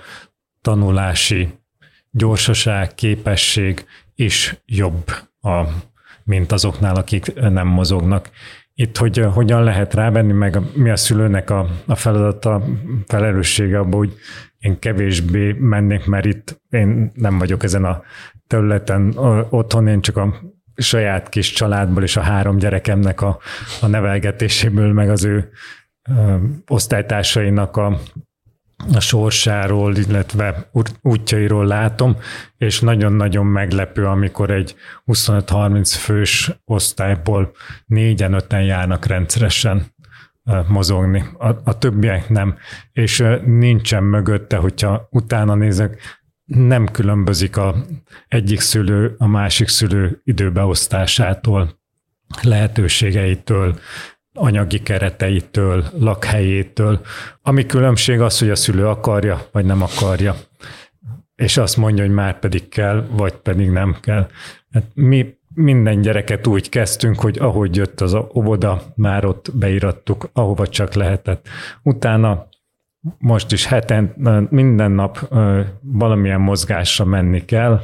tanulási gyorsaság, képesség is jobb, A, mint azoknál, akik nem mozognak. Itt, hogy hogyan lehet rávenni, meg mi a szülőnek a, a feladata, felelőssége abban, hogy én kevésbé mennék, mert itt én nem vagyok ezen a területen otthon, én csak a saját kis családból és a három gyerekemnek a, a nevelgetéséből, meg az ő ö, osztálytársainak a a sorsáról, illetve útjairól látom, és nagyon-nagyon meglepő, amikor egy huszonöt-harminc fős osztályból négyen, öten járnak rendszeresen mozogni. A, a többiek nem. És nincsen mögötte, hogyha utána nézek, nem különbözik a egyik szülő a másik szülő időbeosztásától, lehetőségeitől, anyagi kereteitől, lakhelyétől. Ami különbség az, hogy a szülő akarja, vagy nem akarja. És azt mondja, hogy már pedig kell, vagy pedig nem kell. Hát mi minden gyereket úgy kezdtünk, hogy ahogy jött az óvoda, már ott beírattuk, ahova csak lehetett. Utána most is heten, minden nap valamilyen mozgásra menni kell,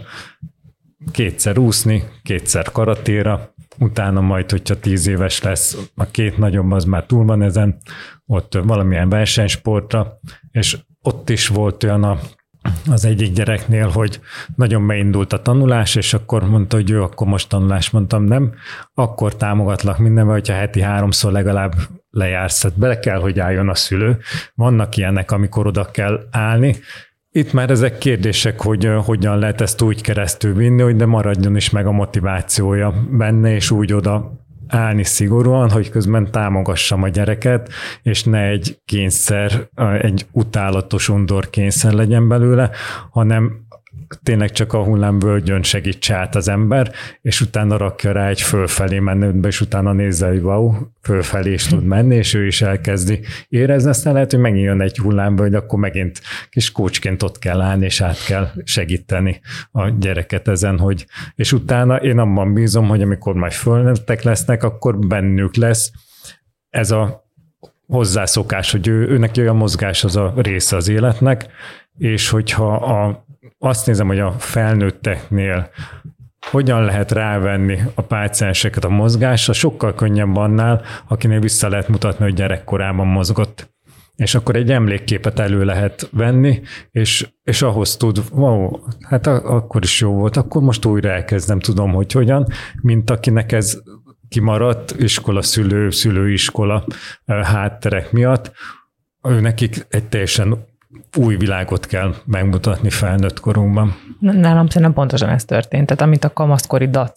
kétszer úszni, kétszer karatéra, utána majd, hogyha tíz éves lesz, a két nagyobb az már túl van ezen, ott valamilyen versenysportra, és ott is volt olyan a, az egyik gyereknél, hogy nagyon beindult a tanulás, és akkor mondta, hogy jó, akkor most tanulás, mondtam nem, akkor támogatlak mindenben, hogyha heti háromszor legalább lejársz, tehát bele kell, hogy álljon a szülő. Vannak ilyenek, amikor oda kell állni. Itt már ezek kérdések, hogy hogyan lehet ezt úgy keresztül vinni, hogy de maradjon is meg a motivációja benne, és úgy oda állni szigorúan, hogy közben támogassam a gyereket, és ne egy kényszer, egy utálatos undor kényszer legyen belőle, hanem tényleg csak a hullámvölgyön segíts át az ember, és utána rakja rá egy fölfelé menőtbe, és utána nézze, hogy wow, fölfelé is tud menni, és ő is elkezdi érezni, aztán lehet, hogy megint jön egy hullámvölgy, akkor megint kis kócsként ott kell állni, és át kell segíteni a gyereket ezen, hogy, és utána én abban bízom, hogy amikor majd fölnőttek lesznek, akkor bennük lesz ez a hozzászokás, hogy ő, őnek olyan mozgás az a része az életnek, és hogyha a azt nézem, hogy a felnőtteknél hogyan lehet rávenni a pácienseket a mozgásra, sokkal könnyebb annál, akinél vissza lehet mutatni, hogy gyerekkorában mozgott. És akkor egy emlékképet elő lehet venni, és, és ahhoz tud, wow, hát akkor is jó volt, akkor most újra elkezdem, tudom, hogy hogyan, mint akinek ez kimaradt iskola, szülő, szülőiskola hátterek miatt, ő nekik egy teljesen új világot kell megmutatni felnőtt korunkban.
Nálam szerintem pontosan ez történt. Tehát amit a kamaszkori dac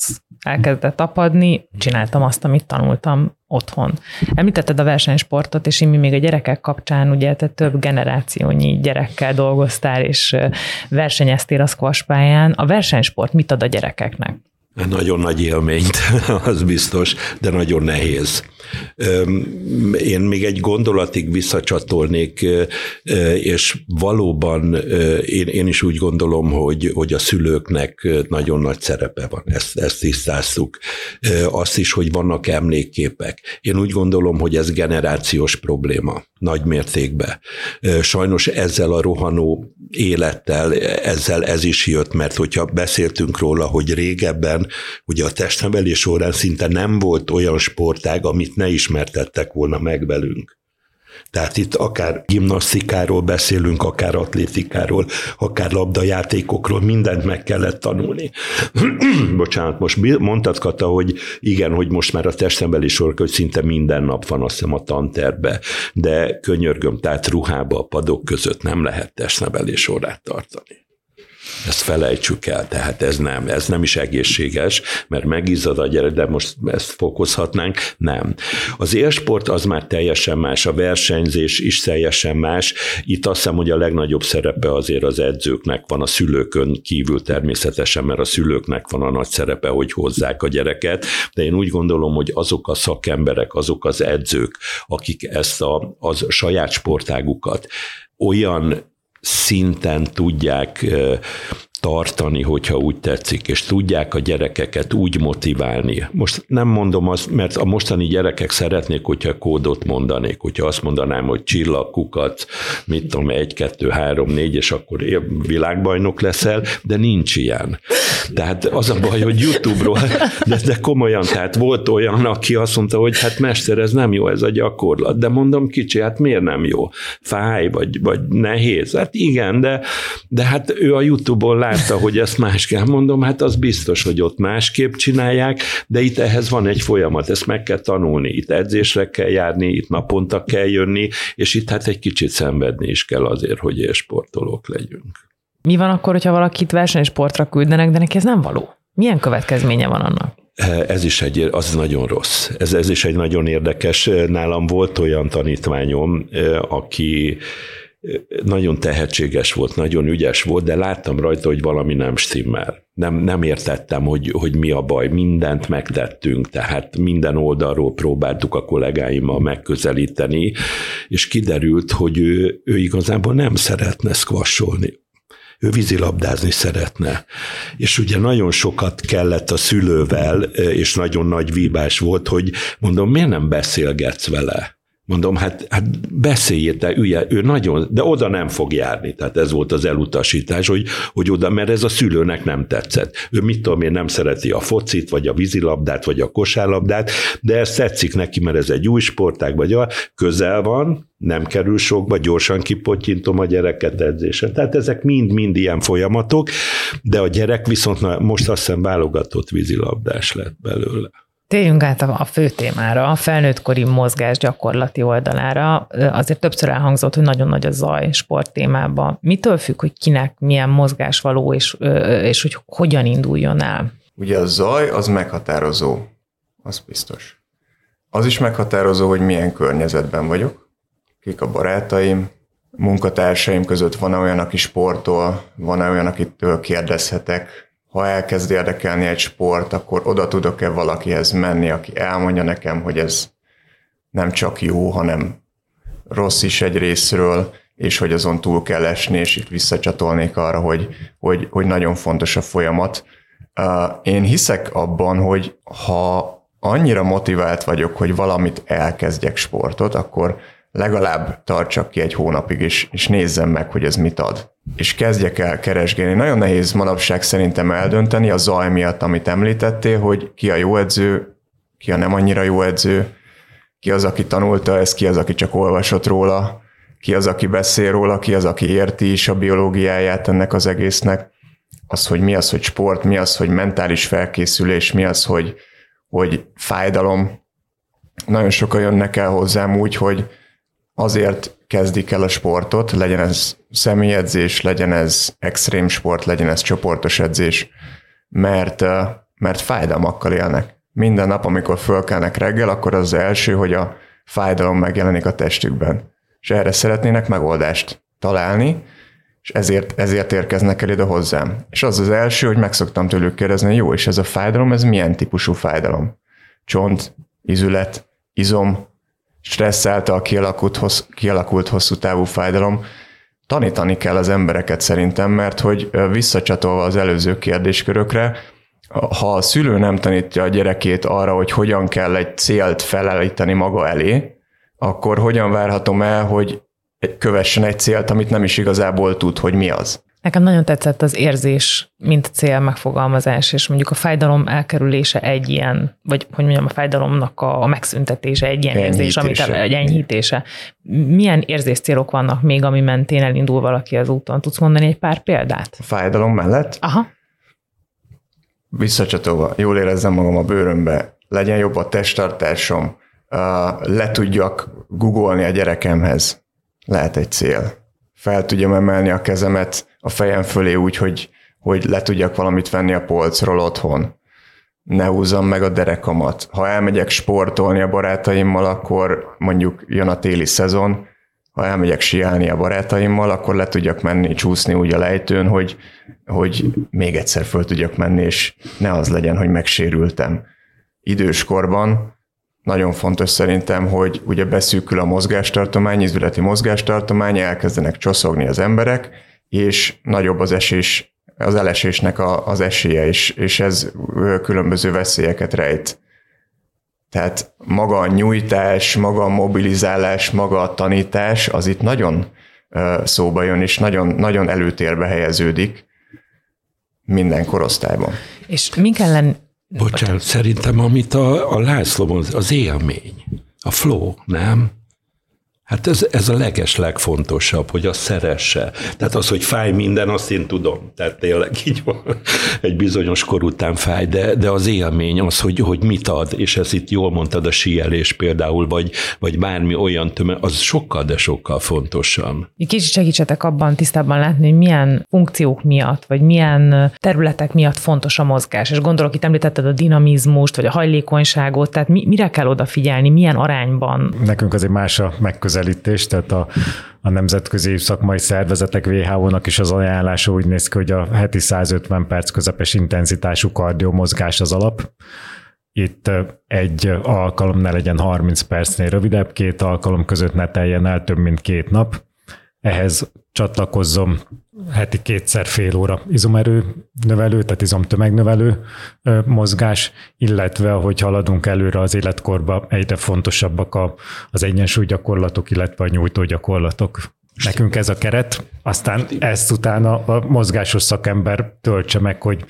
elkezdett apadni, csináltam azt, amit tanultam otthon. Említetted a versenysportot, és én még a gyerekek kapcsán, ugye te több generációnyi gyerekkel dolgoztál, és versenyeztél a squash pályán. A versenysport mit ad a gyerekeknek?
Nagyon nagy élményt, az biztos, de nagyon nehéz. Én még egy gondolatig visszacsatolnék, és valóban én, én is úgy gondolom, hogy, hogy a szülőknek nagyon nagy szerepe van, ezt, ezt tisztáztuk. Azt is, hogy vannak emlékképek. Én úgy gondolom, hogy ez generációs probléma, nagy mértékben. Sajnos ezzel a rohanó élettel, ezzel ez is jött, mert hogyha beszéltünk róla, hogy régebben, ugye a testnevelés során szinte nem volt olyan sportág, amit ne ismertettek volna meg velünk. Tehát itt akár gimnasztikáról beszélünk, akár atlétikáról, akár labdajátékokról, mindent meg kellett tanulni. Bocsánat, most mondtad, Kata, hogy igen, hogy most már a testnevelés során, hogy szinte minden nap van, azt hiszem, a tantervbe, de könyörgöm, tehát ruhába a padok között nem lehet testnevelés órát tartani. Ezt felejtsük el, tehát ez nem, ez nem is egészséges, mert megizzad a gyerek, de most ezt fokozhatnánk, nem. Az élsport az már teljesen más, a versenyzés is teljesen más. Itt azt hiszem, hogy a legnagyobb szerepe azért az edzőknek van, a szülőkön kívül természetesen, mert a szülőknek van a nagy szerepe, hogy hozzák a gyereket, de én úgy gondolom, hogy azok a szakemberek, azok az edzők, akik ezt a az saját sportágukat olyan szinten tudják tartani, hogyha úgy tetszik, és tudják a gyerekeket úgy motiválni. Most nem mondom azt, mert a mostani gyerekek szeretnék, hogyha kódot mondanék, hogyha azt mondanám, hogy csillag, kukac, mit tudom, egy, kettő, három, négy, és akkor világbajnok leszel, de nincs ilyen. Tehát az a baj, hogy YouTube-ról, de, de komolyan, tehát volt olyan, aki azt mondta, hogy hát mester, ez nem jó, ez a gyakorlat, de mondom, kicsi, hát miért nem jó? Fáj, vagy, vagy nehéz? Hát igen, de, de hát ő a YouTube-on látta, hogy ezt más kell. Mondom, hát az biztos, hogy ott másképp csinálják, de itt ehhez van egy folyamat, ezt meg kell tanulni, itt edzésre kell járni, itt naponta kell jönni, és itt hát egy kicsit szenvedni is kell azért, hogy élsportolók legyünk.
Mi van akkor, hogyha valakit versenysportra küldenek, de neki ez nem való? Milyen következménye van annak?
Ez is egy, az nagyon rossz. Ez, ez is egy nagyon érdekes. Nálam volt olyan tanítványom, aki nagyon tehetséges volt, nagyon ügyes volt, de láttam rajta, hogy valami nem stimmel. Nem, nem értettem, hogy, hogy mi a baj. Mindent megtettünk, tehát minden oldalról próbáltuk a kollégáimmal megközelíteni, és kiderült, hogy ő, ő igazából nem szeretne squasholni. Ő vízilabdázni szeretne. És ugye nagyon sokat kellett a szülővel, és nagyon nagy vívás volt, hogy mondom, miért nem beszélgetsz vele? Mondom, hát, hát beszéljétek, ülje, ő nagyon, de oda nem fog járni. Tehát ez volt az elutasítás, hogy, hogy oda, mert ez a szülőnek nem tetszett. Ő mit tudom én, nem szereti a focit, vagy a vízilabdát, vagy a kosárlabdát, de ez tetszik neki, mert ez egy új sportág, vagy a közel van, nem kerül sokba, gyorsan kipotyintom a gyereket edzésen. Tehát ezek mind-mind ilyen folyamatok, de a gyerek viszont na, most azt hiszem válogatott vízilabdás lett belőle.
Térjünk át a fő témára, a felnőttkori mozgás gyakorlati oldalára. Azért többször elhangzott, hogy nagyon nagy a zaj sport témában. Mitől függ, hogy kinek milyen mozgás való, és, és hogy hogyan induljon el?
Ugye a zaj az meghatározó, az biztos. Az is meghatározó, hogy milyen környezetben vagyok, kik a barátaim, munkatársaim között van-e olyan, aki sportol, van-e olyan, akitől kérdezhetek. Ha elkezd érdekelni egy sport, akkor oda tudok-e valakihez menni, aki elmondja nekem, hogy ez nem csak jó, hanem rossz is egy részről, és hogy azon túl kell esni, és itt visszacsatolnék arra, hogy, hogy, hogy nagyon fontos a folyamat. Én hiszek abban, hogy ha annyira motivált vagyok, hogy valamit elkezdjek sportot, akkor legalább tartsak ki egy hónapig, és, és nézzem meg, hogy ez mit ad. És kezdjek el keresgélni. Nagyon nehéz manapság szerintem eldönteni a zaj miatt, amit említettél, hogy ki a jó edző, ki a nem annyira jó edző, ki az, aki tanulta ezt, ki az, aki csak olvasott róla, ki az, aki beszél róla, ki az, aki érti is a biológiáját ennek az egésznek. Az, hogy mi az, hogy sport, mi az, hogy mentális felkészülés, mi az, hogy, hogy fájdalom. Nagyon sokan jönnek el hozzám úgy, hogy azért kezdik el a sportot, legyen ez személyedzés, legyen ez extrém sport, legyen ez csoportos edzés, mert mert fájdalmakkal élnek. Minden nap, amikor fölkelnek reggel, akkor az, az első, hogy a fájdalom megjelenik a testükben. És erre szeretnének megoldást találni, és ezért, ezért érkeznek el ide hozzám. És az az első, hogy meg szoktam tőlük kérdezni, jó, és ez a fájdalom, ez milyen típusú fájdalom? Csont, izület, izom, stressz által kialakult, hossz, kialakult hosszú távú fájdalom. Tanítani kell az embereket szerintem, mert hogy visszacsatolva az előző kérdéskörökre, ha a szülő nem tanítja a gyerekét arra, hogy hogyan kell egy célt felállítani maga elé, akkor hogyan várhatom el, hogy kövessen egy célt, amit nem is igazából tud, hogy mi az.
Nekem nagyon tetszett az érzés, mint cél megfogalmazás, és mondjuk a fájdalom elkerülése egy ilyen, vagy hogy mondjam, a fájdalomnak a megszüntetése egy ilyen érzés, amit el, egy enyhítése. Milyen érzéscélok vannak még, ami mentén elindul valaki az úton? Tudsz mondani egy pár példát?
A fájdalom mellett?
Aha.
Visszacsatolva, jól érezzem magam a bőrömbe, legyen jobb a testtartásom, le tudjak googolni a gyerekemhez. Lehet egy cél. Fel tudjam emelni a kezemet a fejem fölé úgy, hogy, hogy le tudjak valamit venni a polcról otthon. Ne húzzam meg a derekamat. Ha elmegyek sportolni a barátaimmal, akkor mondjuk jön a téli szezon, ha elmegyek síelni a barátaimmal, akkor le tudjak menni, csúszni úgy a lejtőn, hogy, hogy még egyszer föl tudjak menni, és ne az legyen, hogy megsérültem. Időskorban nagyon fontos szerintem, hogy ugye beszűkül a mozgástartomány, izületi mozgástartomány, elkezdenek csoszogni az emberek, és nagyobb az esés, az elesésnek a, az esélye is, és ez különböző veszélyeket rejt. Tehát maga a nyújtás, maga a mobilizálás, maga a tanítás, az itt nagyon szóba jön, és nagyon, nagyon előtérbe helyeződik minden korosztályban.
És mink ellen...
Bocsánat, szerintem amit a, a László mond, az élmény, a flow, nem? Hát ez, ez a leges legfontosabb, hogy azt szeresse. Tehát az, hogy fáj minden, azt én tudom. Tehát tényleg így van. Egy bizonyos kor után fáj, de, de az élmény az, hogy, hogy mit ad, és ez itt jól mondtad a síelés például, vagy, vagy bármi olyan tömeg, az sokkal, de sokkal fontosabb.
Kicsit segítsetek abban tisztában látni, hogy milyen funkciók miatt, vagy milyen területek miatt fontos a mozgás. És gondolok, itt említetted a dinamizmust, vagy a hajlékonyságot, tehát mi, mire kell odafigyelni, milyen arányban?
Nekünk azért más a megközelítés. Tehát a, a nemzetközi szakmai szervezetek vé há ó-nak is az ajánlása úgy néz ki, hogy a heti száz ötven perc közepes intenzitású kardiomozgás az alap. Itt egy alkalom ne legyen harminc percnél rövidebb, két alkalom között ne teljen el több mint két nap. Ehhez csatlakozzom heti kétszer fél óra izomerő növelő, tehát izomtömegnövelő mozgás, illetve ahogy haladunk előre az életkorba, egyre fontosabbak a, az egyensúlygyakorlatok, illetve a nyújtógyakorlatok. Nekünk ez a keret, aztán ezt utána a mozgásos szakember töltse meg, hogy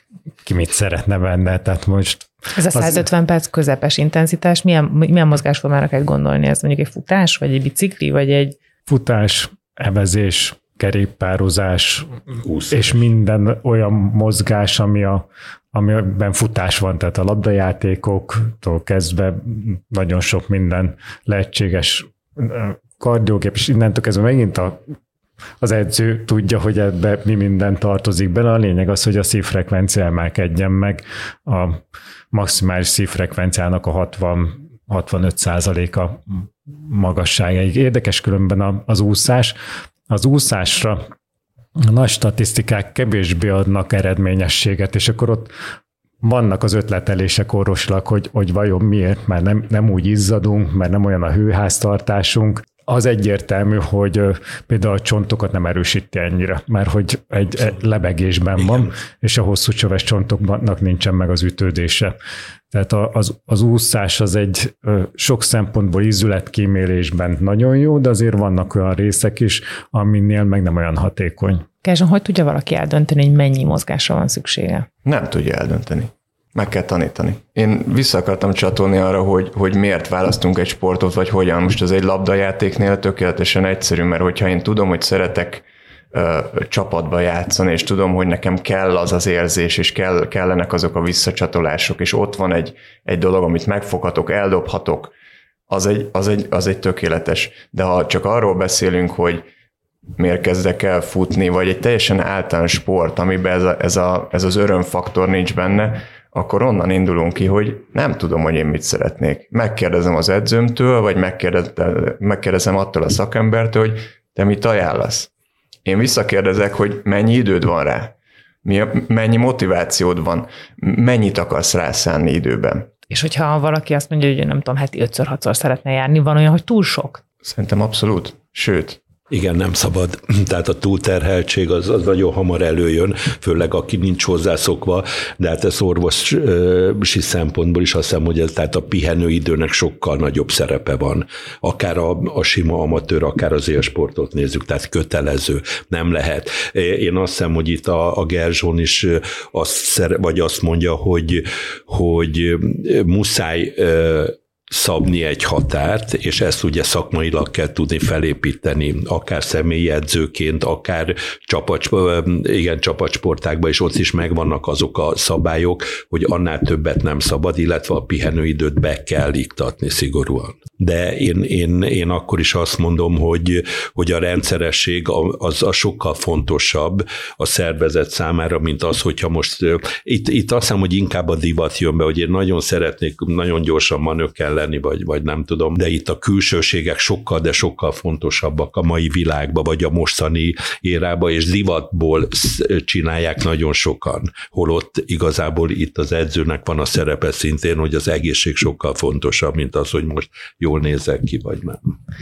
ki mit szeretne benne. Tehát most
ez a száz ötven az... perc közepes intenzitás, milyen, milyen mozgásformára kell gondolni? Ez mondjuk egy futás, vagy egy bicikli, vagy egy...
Futás, evezés, kerékpározás,
úszás.
És minden olyan mozgás, ami a, amiben futás van, tehát a labdajátékoktól kezdve nagyon sok minden lehetséges kardiogép, és innentől kezdve megint a, az edző tudja, hogy ebbe mi minden tartozik bele. A lényeg az, hogy a szívfrekvencia emelkedjen meg, a maximális szívfrekvenciának a hatvan-hatvanöt százaléka magasságáig. Érdekes különben az úszás. Az úszásra a nagy statisztikák kevésbé adnak eredményességet, és akkor ott vannak az ötletelések orvosilag, hogy, hogy vajon miért, mert nem, nem úgy izzadunk, mert nem olyan a hőháztartásunk. Az egyértelmű, hogy például a csontokat nem erősíti ennyire, mert hogy egy, egy lebegésben van, igen. És a hosszú csöves csontoknak nincsen meg az ütődése. Tehát az, az úszás az egy sok szempontból ízületkímélésben nagyon jó, de azért vannak olyan részek is, aminél meg nem olyan hatékony.
Kázson, hogy tudja valaki eldönteni, hogy mennyi mozgásra van szüksége?
Nem tudja eldönteni. Meg kell tanítani. Én vissza akartam csatolni arra, hogy, hogy miért választunk egy sportot, vagy hogyan. Most ez egy labdajátéknél tökéletesen egyszerű, mert hogyha én tudom, hogy szeretek ö, csapatba játszani, és tudom, hogy nekem kell az az érzés, és kell, kellenek azok a visszacsatolások, és ott van egy, egy dolog, amit megfoghatok, eldobhatok, az egy, az, egy, az egy tökéletes. De ha csak arról beszélünk, hogy miért kezdek el futni, vagy egy teljesen általános sport, amiben ez, a, ez, a, ez az örömfaktor nincs benne, akkor onnan indulunk ki, hogy nem tudom, hogy én mit szeretnék. Megkérdezem az edzőmtől, vagy megkérdezem, megkérdezem attól a szakembertől, hogy te mit ajánlasz. Én visszakérdezek, hogy mennyi időd van rá, mennyi motivációd van, mennyit akarsz rászánni időben.
És hogyha valaki azt mondja, hogy nem tudom, heti ötször-hatszor szeretne járni, van olyan, hogy túl sok?
Szerintem abszolút. Sőt.
Igen, nem szabad. Tehát a túlterheltség az, az nagyon hamar előjön, főleg aki nincs hozzászokva, de hát ez orvosi szempontból is azt hiszem, hogy ez, tehát a pihenőidőnek sokkal nagyobb szerepe van. Akár a, a sima amatőr, akár az élsportot nézzük, tehát kötelező, nem lehet. Én azt hiszem, hogy itt a, a Gerzson is azt, vagy azt mondja, hogy, hogy muszáj szabni egy határt, és ezt ugye szakmailag kell tudni felépíteni, akár személyi edzőként, akár csapat, igen, csapatsportákban, és ott is megvannak azok a szabályok, hogy annál többet nem szabad, illetve a pihenőidőt be kell iktatni szigorúan. De én, én, én akkor is azt mondom, hogy, hogy a rendszeresség az, az sokkal fontosabb a szervezet számára, mint az, hogyha most itt, itt azt hiszem, hogy inkább a divat jön be, hogy én nagyon szeretnék nagyon gyorsan manőkkel lenni, vagy, vagy nem tudom, de itt a külsőségek sokkal, de sokkal fontosabbak a mai világban, vagy a mostani érában, és divatból csinálják nagyon sokan, holott igazából itt az edzőnek van a szerepe szintén, hogy az egészség sokkal fontosabb, mint az, hogy most jól nézek ki, vagy nem.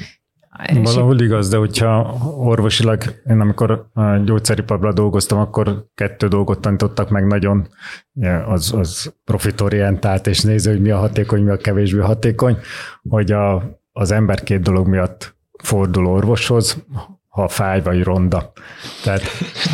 Valahol igaz, de hogyha orvosilag, én amikor a gyógyszeriparban dolgoztam, akkor kettő dolgot tanítottak meg nagyon, az, az profitorientált, és néző, hogy mi a hatékony, mi a kevésbé hatékony, hogy a, az ember két dolog miatt fordul orvoshoz, ha fáj vagy ronda. Tehát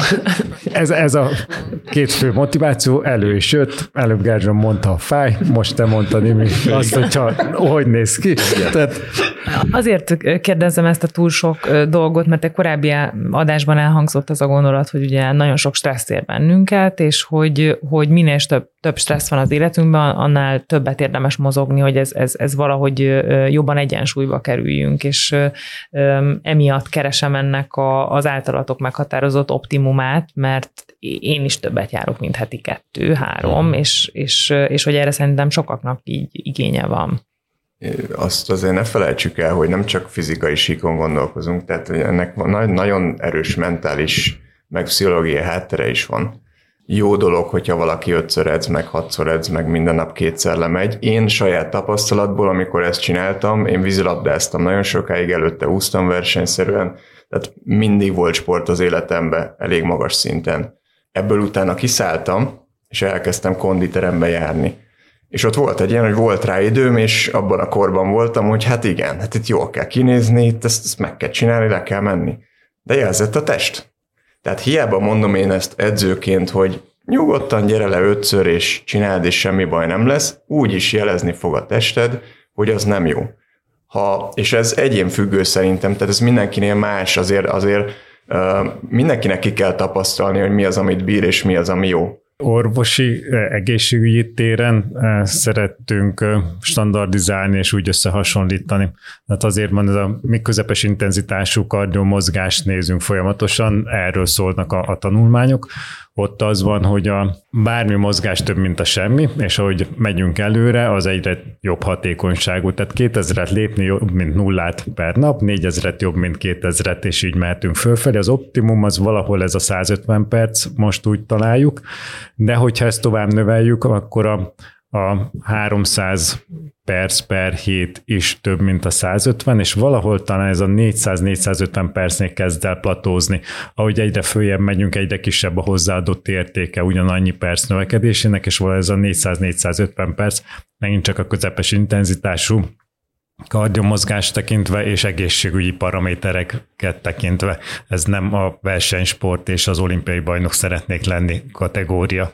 ez, ez a két fő motiváció, elő is jött, előbb Gerzson mondta, ha fáj, most te mondtad, Imi, azt, hogyha hogy néz ki. Tehát...
Azért kérdezem ezt a túl sok dolgot, mert egy korábbi adásban elhangzott az a gondolat, hogy ugye nagyon sok stressz ér bennünket, és hogy, hogy minél több, több stressz van az életünkben, annál többet érdemes mozogni, hogy ez, ez, ez valahogy jobban egyensúlyba kerüljünk, és emiatt keresem ennek a, az általatok meghatározott optimumát, mert én is többet járok, mint heti kettő, három, és, és, és hogy erre szerintem sokaknak így igénye van.
Azt azért ne felejtsük el, hogy nem csak fizikai síkon gondolkozunk, tehát ennek nagyon erős mentális, meg pszichológiai háttere is van. Jó dolog, hogyha valaki ötször edz, meg hatszor edz, meg minden nap kétszer lemegy. Én saját tapasztalatból, amikor ezt csináltam, én vízilabdáztam nagyon sokáig, előtte úsztam versenyszerűen, tehát mindig volt sport az életemben, elég magas szinten. Ebből utána kiszálltam, és elkezdtem konditerembe járni. És ott volt egy ilyen, hogy volt rá időm, és abban a korban voltam, hogy hát igen, hát itt jól kell kinézni, itt ezt, ezt meg kell csinálni, le kell menni. De jelzett a test. Tehát hiába mondom én ezt edzőként, hogy nyugodtan gyere le ötször, és csináld, és semmi baj nem lesz, úgy is jelezni fog a tested, hogy az nem jó. Ha, és ez egyénfüggő szerintem, tehát ez mindenkinél más, azért, azért uh, mindenkinek ki kell tapasztalni, hogy mi az, amit bír, és mi az, ami jó.
Orvosi, egészségügyi téren szerettünk standardizálni és úgy összehasonlítani. Tehát azért van ez a mi közepes intenzitású kardiomozgást nézünk folyamatosan, erről szólnak a, a tanulmányok. Ott az van, hogy a bármi mozgás több, mint a semmi, és ahogy megyünk előre, az egyre jobb hatékonyságú. Tehát kétezret lépni jobb, mint nullát per nap, négyezret jobb, mint kétezret, és így mehetünk fölfelé. Az optimum az valahol ez a százötven perc, most úgy találjuk, de hogyha ezt tovább növeljük, akkor a, a háromszáz perc per hét is több, mint a százötven, és valahol talán ez a négyszáz-négyszázötven percnél kezd el platózni. Ahogy egyre följebb megyünk, egyre kisebb a hozzáadott értéke ugyanannyi perc növekedésének, és valahol ez a négyszáz-négyszázötven perc, megint csak a közepes intenzitású kardiomozgást tekintve és egészségügyi paramétereket tekintve. Ez nem a versenysport és az olimpiai bajnok szeretnék lenni kategória.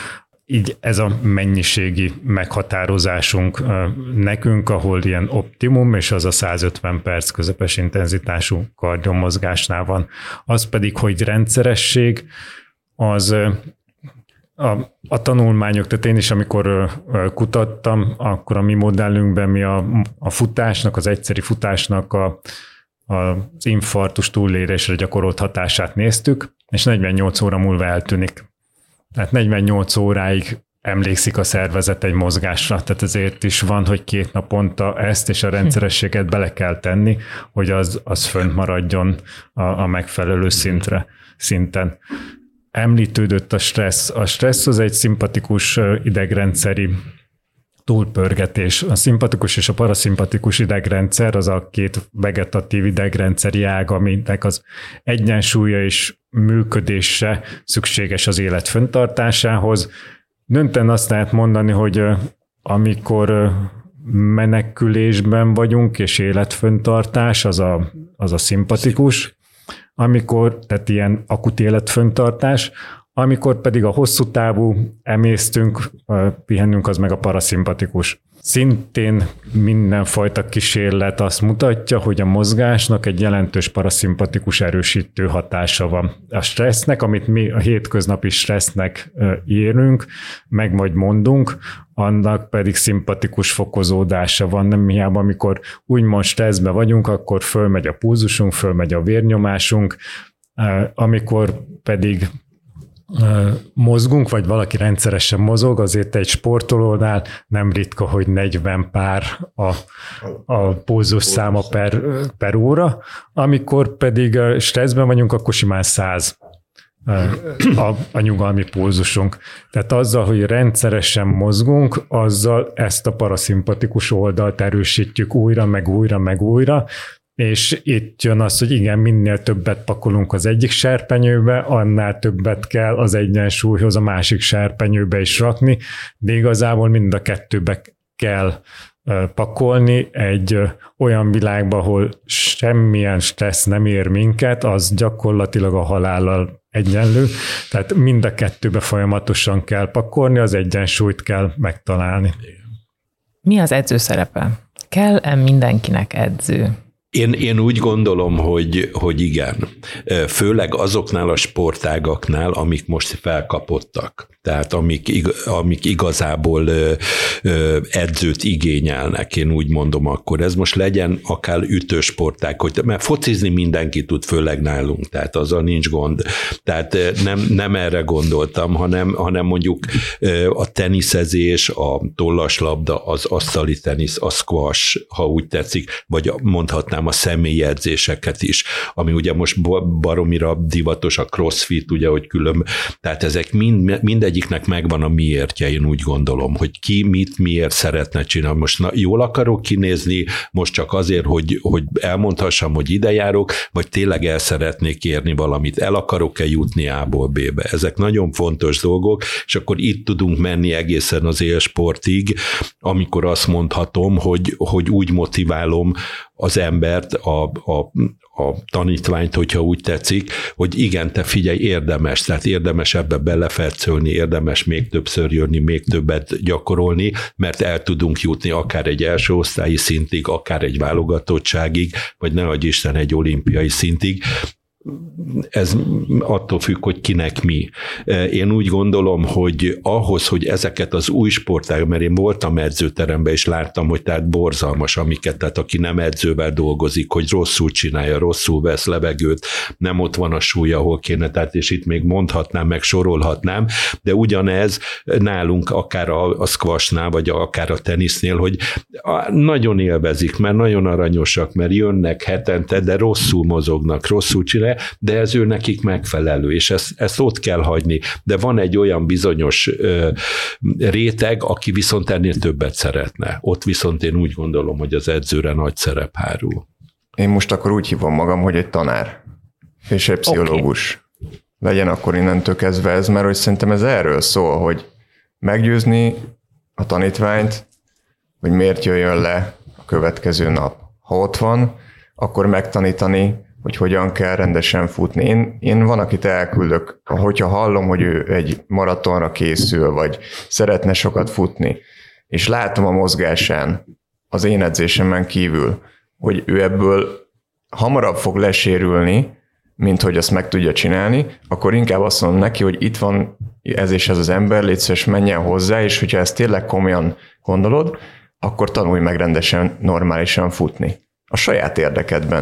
Így ez a mennyiségi meghatározásunk nekünk, ahol ilyen optimum, és az a százötven perc közepes intenzitású kardiomozgásnál van. Az pedig, hogy rendszeresség, az a, a tanulmányok, tehát én is, amikor kutattam, akkor a mi modellünkben mi a, a futásnak, az egyszeri futásnak a, az infarktus túlélésre gyakorolt hatását néztük, és negyvennyolc óra múlva eltűnik. Tehát negyvennyolc óráig emlékszik a szervezet egy mozgásra. Tehát ezért is van, hogy két naponta ezt és a rendszerességet bele kell tenni, hogy az, az fönt maradjon a, a megfelelő szintre, szinten. Említődött a stressz. A stressz az egy szimpatikus idegrendszeri túlpörgetés. A szimpatikus és a paraszimpatikus idegrendszer az a két vegetatív idegrendszeri ág, aminek az egyensúlya és működése szükséges az élet fenntartásához. Dönten azt lehet mondani, hogy amikor menekülésben vagyunk és életfenntartás, az a, az a szimpatikus, amikor, tehát ilyen akut életfenntartás, amikor pedig a hosszú távú emésztünk, pihennünk, az meg a paraszimpatikus. Szintén mindenfajta kísérlet azt mutatja, hogy a mozgásnak egy jelentős paraszimpatikus erősítő hatása van. A stressznek, amit mi a hétköznapi stressznek írunk, meg majd mondunk, annak pedig szimpatikus fokozódása van. Nem hiába, amikor úgymond stresszben vagyunk, akkor fölmegy a pulzusunk, fölmegy a vérnyomásunk, amikor pedig mozgunk, vagy valaki rendszeresen mozog, azért egy sportolónál nem ritka, hogy negyven pár a, a pulzus száma per, per óra, amikor pedig stresszben vagyunk, akkor simán száz a, a nyugalmi pulzusunk. Tehát azzal, hogy rendszeresen mozgunk, azzal ezt a paraszimpatikus oldalt erősítjük újra, meg újra, meg újra, és itt jön az, hogy igen, minél többet pakolunk az egyik serpenyőbe, annál többet kell az egyensúlyhoz a másik serpenyőbe is rakni, de igazából mind a kettőbe kell pakolni egy olyan világban, ahol semmilyen stressz nem ér minket, az gyakorlatilag a halállal egyenlő, tehát mind a kettőbe folyamatosan kell pakolni, az egyensúlyt kell megtalálni.
Mi az edző szerepe? Kell-e mindenkinek edző?
Én, én úgy gondolom, hogy, hogy igen. Főleg azoknál a sportágaknál, amik most felkapottak. Tehát amik, amik igazából edzőt igényelnek, én úgy mondom akkor. Ez most legyen akár ütősportág, hogy, mert focizni mindenki tud, főleg nálunk, tehát azzal nincs gond. Tehát nem, nem erre gondoltam, hanem, hanem mondjuk a teniszezés, a tollaslabda, az asztali tenisz, a squash, ha úgy tetszik, vagy mondhatnám a személyi edzéseket is, ami ugye most baromira divatos, a crossfit, ugye, hogy külön, tehát ezek mind, mindegyiknek megvan a miértje, én úgy gondolom, hogy ki mit miért szeretne csinálni. Most na, jól akarok kinézni, most csak azért, hogy, hogy elmondhassam, hogy ide járok, vagy tényleg el szeretnék érni valamit, el akarok-e jutni A-ból B-be. Ezek nagyon fontos dolgok, és akkor itt tudunk menni egészen az élsportig, amikor azt mondhatom, hogy, hogy úgy motiválom az embert, a, a, a tanítványt, hogyha úgy tetszik, hogy igen, te figyelj, érdemes, tehát érdemes ebbe belefetszölni, érdemes még többször jönni, még többet gyakorolni, mert el tudunk jutni akár egy első osztályi szintig, akár egy válogatottságig, vagy ne adj Isten egy olimpiai szintig. Ez attól függ, hogy kinek mi. Én úgy gondolom, hogy ahhoz, hogy ezeket az új sportág, mert én voltam edzőteremben, és láttam, hogy tehát borzalmas, amiket, tehát aki nem edzővel dolgozik, hogy rosszul csinálja, rosszul vesz levegőt, nem ott van a súly, ahol kéne, tehát és itt még mondhatnám, meg sorolhatnám, de ugyanez nálunk akár a, a squashnál, vagy akár a tenisznél, hogy nagyon élvezik, mert nagyon aranyosak, mert jönnek hetente, de rosszul mozognak, rosszul csinálják, de ez ő nekik megfelelő, és ezt, ezt ott kell hagyni. De van egy olyan bizonyos ö, réteg, aki viszont ennél többet szeretne. Ott viszont én úgy gondolom, hogy az edzőre nagy szerep hárul.
Én most akkor úgy hívom magam, hogy egy tanár, és egy pszichológus. Okay. Legyen akkor innentől kezdve ez, mert hogy szerintem ez erről szól, hogy meggyőzni a tanítványt, hogy miért jöjjön le a következő nap. Ha ott van, akkor megtanítani, hogy hogyan kell rendesen futni. Én, én van, akit elküldök, hogyha hallom, hogy ő egy maratonra készül, vagy szeretne sokat futni, és látom a mozgásán, az én edzésemen kívül, hogy ő ebből hamarabb fog lesérülni, mint hogy azt meg tudja csinálni, akkor inkább azt mondom neki, hogy itt van ez és ez az ember, légy szíves, menjen hozzá, és hogyha ezt tényleg komolyan gondolod, akkor tanulj meg rendesen, normálisan futni. A saját érdekedben.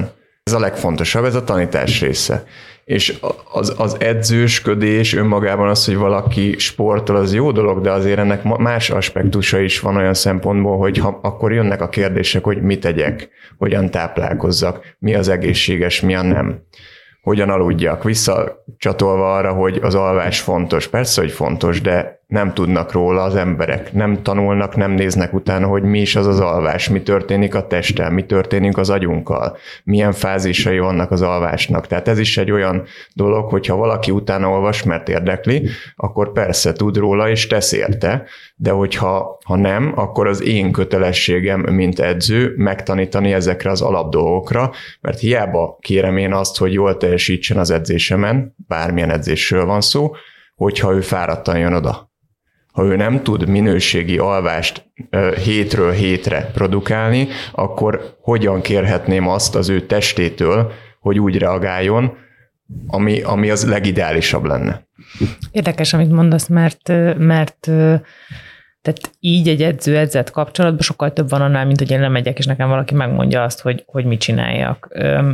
Ez a legfontosabb, ez a tanítás része. És az, az edzősködés önmagában az, hogy valaki sportol, az jó dolog, de azért ennek más aspektusa is van olyan szempontból, hogy ha, akkor jönnek a kérdések, hogy mit tegyek, hogyan táplálkozzak, mi az egészséges, mi a nem, hogyan aludjak. Visszacsatolva arra, hogy az alvás fontos. Persze, hogy fontos, de nem tudnak róla az emberek, nem tanulnak, nem néznek utána, hogy mi is az az alvás, mi történik a testtel, mi történik az agyunkkal, milyen fázisai vannak az alvásnak. Tehát ez is egy olyan dolog, hogyha valaki utána olvas, mert érdekli, akkor persze tud róla és tesz érte, de hogyha ha nem, akkor az én kötelességem, mint edző, megtanítani ezekre az alapdolgokra, mert hiába kérem én azt, hogy jól teljesítsen az edzésemen, bármilyen edzésről van szó, hogyha ő fáradtan jön oda. Ha ő nem tud minőségi alvást hétről hétre produkálni, akkor hogyan kérhetném azt az ő testétől, hogy úgy reagáljon, ami, ami az legideálisabb lenne.
Érdekes, amit mondasz, mert, mert tehát így egy edző-edzett kapcsolatban sokkal több van annál, mint hogy én lemegyek, és nekem valaki megmondja azt, hogy, hogy mit csináljak.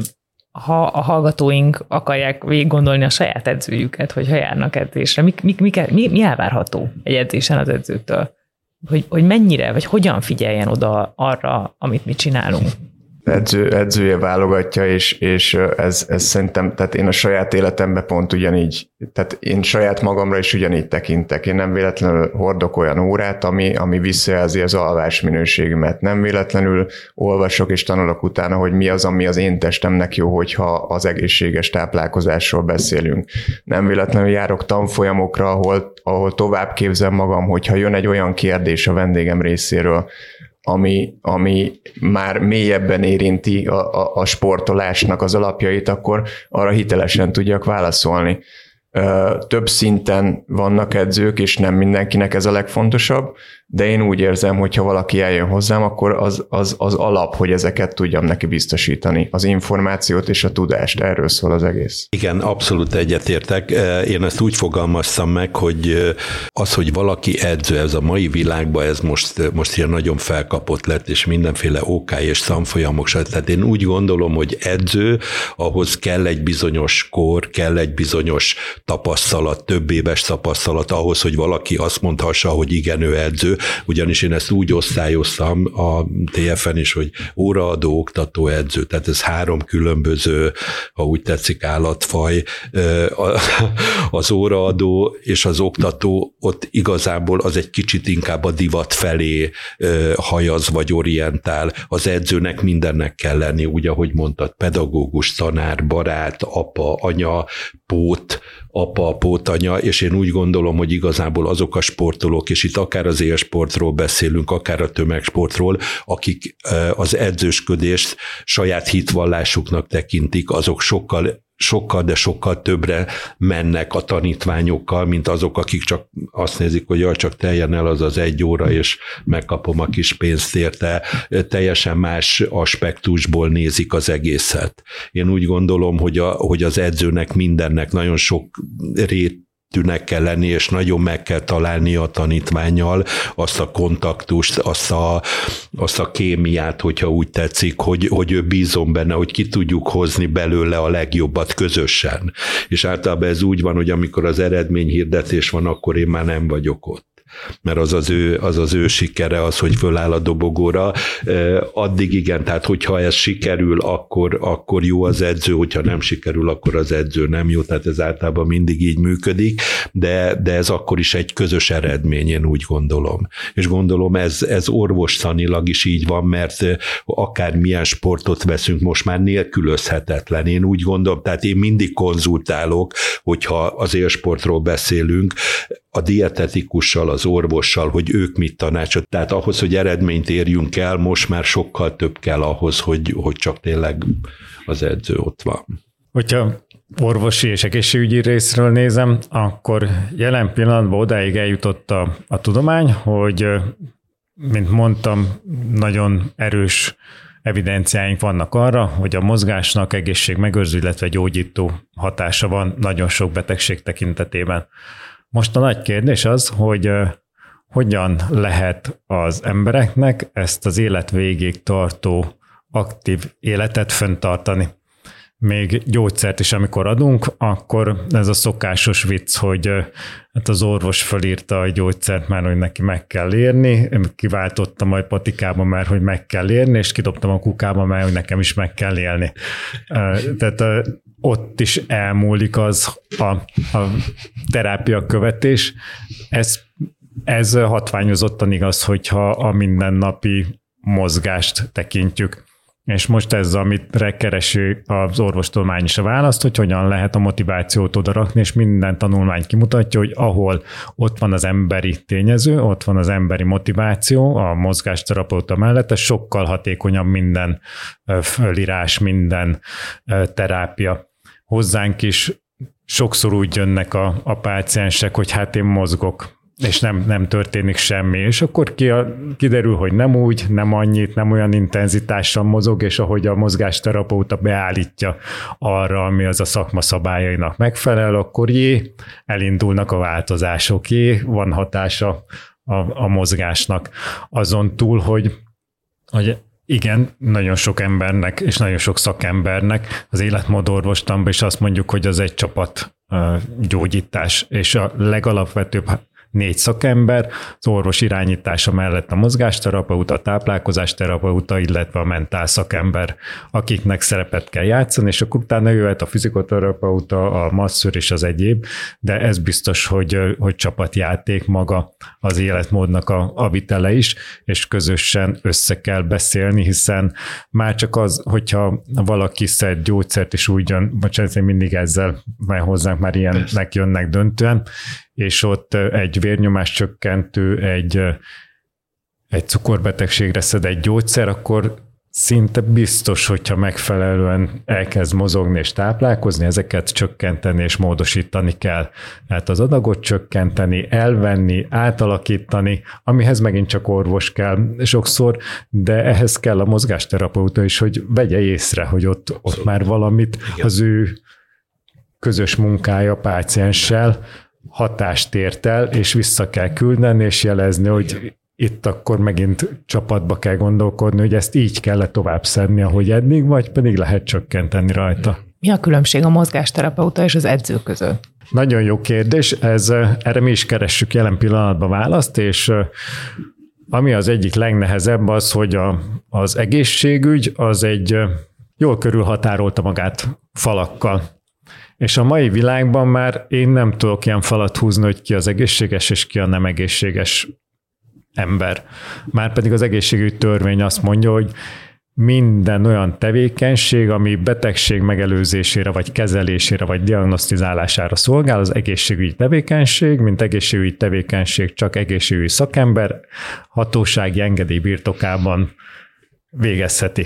Ha a hallgatóink akarják végig gondolni a saját edzőjüket, hogy ha járnak edzésre, mi, mi, mi, mi, mi elvárható egy edzésen az edzőtől? Hogy, hogy mennyire, vagy hogyan figyeljen oda arra, amit mi csinálunk?
Edző, edzője válogatja, és, és ez, ez szerintem, tehát én a saját életemben pont ugyanígy, tehát én saját magamra is ugyanígy tekintek. Én nem véletlenül hordok olyan órát, ami, ami visszajelzi az alvás minőségümet. Nem véletlenül olvasok és tanulok utána, hogy mi az, ami az én testemnek jó, hogyha az egészséges táplálkozásról beszélünk. Nem véletlenül járok tanfolyamokra, ahol, ahol tovább képzem magam, hogyha jön egy olyan kérdés a vendégem részéről, Ami, ami már mélyebben érinti a, a, a sportolásnak az alapjait, akkor arra hitelesen tudjak válaszolni. Több szinten vannak edzők, és nem mindenkinek ez a legfontosabb, de én úgy érzem, hogy ha valaki eljön hozzám, akkor az, az, az alap, hogy ezeket tudjam neki biztosítani. Az információt és a tudást, erről szól az egész.
Igen, abszolút egyetértek. Én ezt úgy fogalmaztam meg, hogy az, hogy valaki edző, ez a mai világban, ez most, most ilyen nagyon felkapott lett, és mindenféle ó ká és tanfolyamok, tehát én úgy gondolom, hogy edző, ahhoz kell egy bizonyos kor, kell egy bizonyos tapasztalat, több éves tapasztalat ahhoz, hogy valaki azt mondhassa, hogy igen, ő edző, ugyanis én ezt úgy osztályoztam a té ef-en is, hogy óraadó, oktató, edző, tehát ez három különböző, ha úgy tetszik, állatfaj. Az óraadó és az oktató, ott igazából az egy kicsit inkább a divat felé hajaz vagy orientál. Az edzőnek mindennek kell lenni, úgy, ahogy mondtad, pedagógus, tanár, barát, apa, anya, pót, apa, pótanya, és én úgy gondolom, hogy igazából azok a sportolók, és itt akár az élsportról beszélünk, akár a tömegsportról, akik az edzősködést saját hitvallásuknak tekintik, azok sokkal sokkal, de sokkal többre mennek a tanítványokkal, mint azok, akik csak azt nézik, hogy jaj, csak teljen el az az egy óra, és megkapom a kis pénzt érte. Teljesen más aspektusból nézik az egészet. Én úgy gondolom, hogy, a, hogy az edzőnek mindennek nagyon sok rét tűnek kell lenni, és nagyon meg kell találni a tanítvánnyal azt a kontaktust, azt a, azt a kémiát, hogyha úgy tetszik, hogy, hogy ő bízom benne, hogy ki tudjuk hozni belőle a legjobbat közösen. És általában ez úgy van, hogy amikor az eredményhirdetés van, akkor én már nem vagyok ott. Mert az az, ő, az az ő sikere, az, hogy föláll a dobogóra. Addig igen, tehát hogyha ez sikerül, akkor, akkor jó az edző, hogyha nem sikerül, akkor az edző nem jó, tehát ez általában mindig így működik, de, de ez akkor is egy közös eredmény, én úgy gondolom. És gondolom ez, ez orvostanilag is így van, mert akármilyen sportot veszünk, most már nélkülözhetetlen. Én úgy gondolom, tehát én mindig konzultálok, hogyha az élsportról beszélünk, a dietetikussal, az orvossal, hogy ők mit tanácsot. Tehát ahhoz, hogy eredményt érjünk el, most már sokkal több kell ahhoz, hogy, hogy csak tényleg az edző ott van.
Hogyha orvosi és egészségügyi részről nézem, akkor jelen pillanatban odáig eljutott a, a tudomány, hogy, mint mondtam, nagyon erős evidenciáink vannak arra, hogy a mozgásnak egészségmegőrző, illetve gyógyító hatása van nagyon sok betegség tekintetében. Most a nagy kérdés az, hogy uh, hogyan lehet az embereknek ezt az élet végéig tartó aktív életet fenntartani. még gyógyszert is, amikor adunk, akkor ez a szokásos vicc, hogy hát az orvos fölírta a gyógyszert már, hogy neki meg kell érni, kiváltottam majd patikába már, hogy meg kell érni, és kidobtam a kukába már, hogy nekem is meg kell élni. Tehát ott is elmúlik az a, a terápia követés. Ez, ez hatványozottan igaz, hogyha a mindennapi mozgást tekintjük. És most ez, amit keresi az orvostudomány is a választ, hogy hogyan lehet a motivációt odarakni, és minden tanulmány kimutatja, hogy ahol ott van az emberi tényező, ott van az emberi motiváció, a mozgásterapeuta mellett, ez sokkal hatékonyabb minden fölírás, minden terápia. Hozzánk is sokszor úgy jönnek a, a páciensek, hogy hát én mozgok, és nem, nem történik semmi. És akkor ki a, kiderül, hogy nem úgy, nem annyit, nem olyan intenzitással mozog, és ahogy a mozgásterapeuta beállítja arra, ami az a szakma szabályainak megfelel, akkor jé, elindulnak a változások, jé, van hatása a, a mozgásnak. Azon túl, hogy, hogy igen, nagyon sok embernek, és nagyon sok szakembernek az életmódorvostamban is azt mondjuk, hogy az egy csapat gyógyítás, és a legalapvetőbb négy szakember, az orvos irányítása mellett a mozgásterapeuta, a táplálkozásterapeuta, illetve a mentál szakember, akiknek szerepet kell játszani, és akkor utána jöhet a fizikoterapeuta, a masszőr és az egyéb, de ez biztos, hogy, hogy csapatjáték maga az életmódnak a, a vitele is, és közösen össze kell beszélni, hiszen már csak az, hogyha valaki szed gyógyszert, és úgy jön, bocsánat, én mindig ezzel, mert hozzánk már ilyennek jönnek döntően, és ott egy vérnyomás csökkentő, egy, egy cukorbetegségre szed egy gyógyszer, akkor szinte biztos, hogyha megfelelően elkezd mozogni és táplálkozni, ezeket csökkenteni és módosítani kell. Tehát az adagot csökkenteni, elvenni, átalakítani, amihez megint csak orvos kell sokszor, de ehhez kell a mozgásterapeuta is, hogy vegye észre, hogy ott, ott már valamit az ő közös munkája pácienssel hatást ért el, és vissza kell küldeni, és jelezni, hogy itt akkor megint csapatba kell gondolkodni, hogy ezt így kellett tovább szedni, ahogy eddig, vagy pedig lehet csökkenteni rajta.
Mi a különbség a mozgásterapeuta és az edző között?
Nagyon jó kérdés, ez, erre mi is keressük jelen pillanatban választ, és ami az egyik legnehezebb az, hogy a, az egészségügy az egy jól körülhatárolta magát falakkal. És a mai világban már én nem tudok ilyen falat húzni, hogy ki az egészséges és ki a nem egészséges ember. Márpedig az egészségügyi törvény azt mondja, hogy minden olyan tevékenység, ami betegség megelőzésére, vagy kezelésére, vagy diagnosztizálására szolgál, az egészségügyi tevékenység, mint egészségügyi tevékenység csak egészségügyi szakember hatósági engedély birtokában végezheti.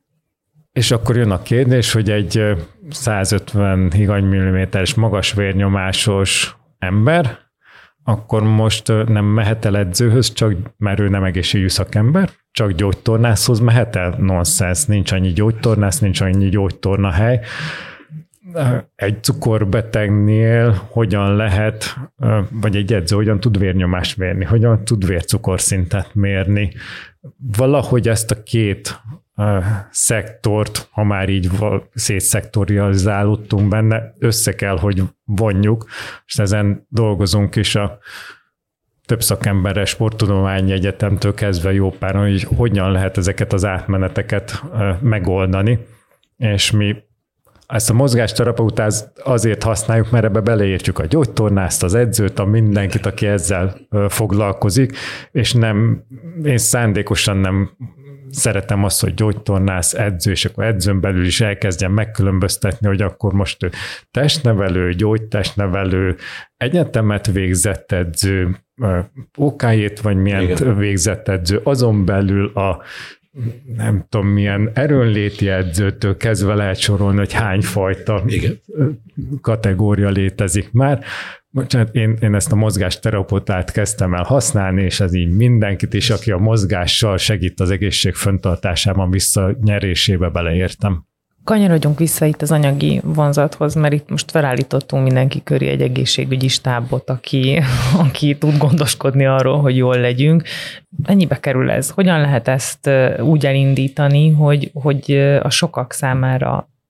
És akkor jön a kérdés, hogy egy százötven higanymilliméteres magas vérnyomásos ember, akkor most nem mehet el edzőhöz, csak mert ő nem egészségügyi szakember, csak gyógytornászhoz mehet el? Nonsense, nincs annyi gyógytornász, nincs annyi gyógytornahely. Egy cukorbetegnél hogyan lehet, vagy egy edző hogyan tud vérnyomást mérni, hogyan tud vércukorszintet mérni. Valahogy ezt a két szektort, ha már így szétszektorializálódtunk benne, össze kell, hogy vonjuk, és ezen dolgozunk is a több szakemberrel, Sporttudományi Egyetemtől kezdve jó páran, hogy hogyan lehet ezeket az átmeneteket megoldani, és mi ezt a mozgásterapeutát azért használjuk, mert ebbe beleértjük a gyógytornászt, az edzőt, a mindenkit, aki ezzel foglalkozik, és nem, én szándékosan nem szeretem azt, hogy gyógytornász, edző, és akkor edzőn belül is elkezdjen megkülönböztetni, hogy akkor most ő testnevelő, gyógytestnevelő, egyetemet végzett edző, okájét vagy milyen Igen. végzett edző, azon belül a nem tudom milyen erőnléti edzőtől kezdve lehet sorolni, hogy hány fajta Igen. kategória létezik már. Bocsánat, én, én ezt a mozgásterapeutát kezdtem el használni, és ez így mindenkit is, aki a mozgással segít az egészség fenntartásában, visszanyerésébe beleértem.
Kanyarodjunk vissza itt az anyagi vonzathoz, mert itt most felállítottunk mindenki köré egy egészségügyi stábot, aki, aki tud gondoskodni arról, hogy jól legyünk. Ennyibe kerül ez? Hogyan lehet ezt úgy elindítani, hogy, hogy a sokak számára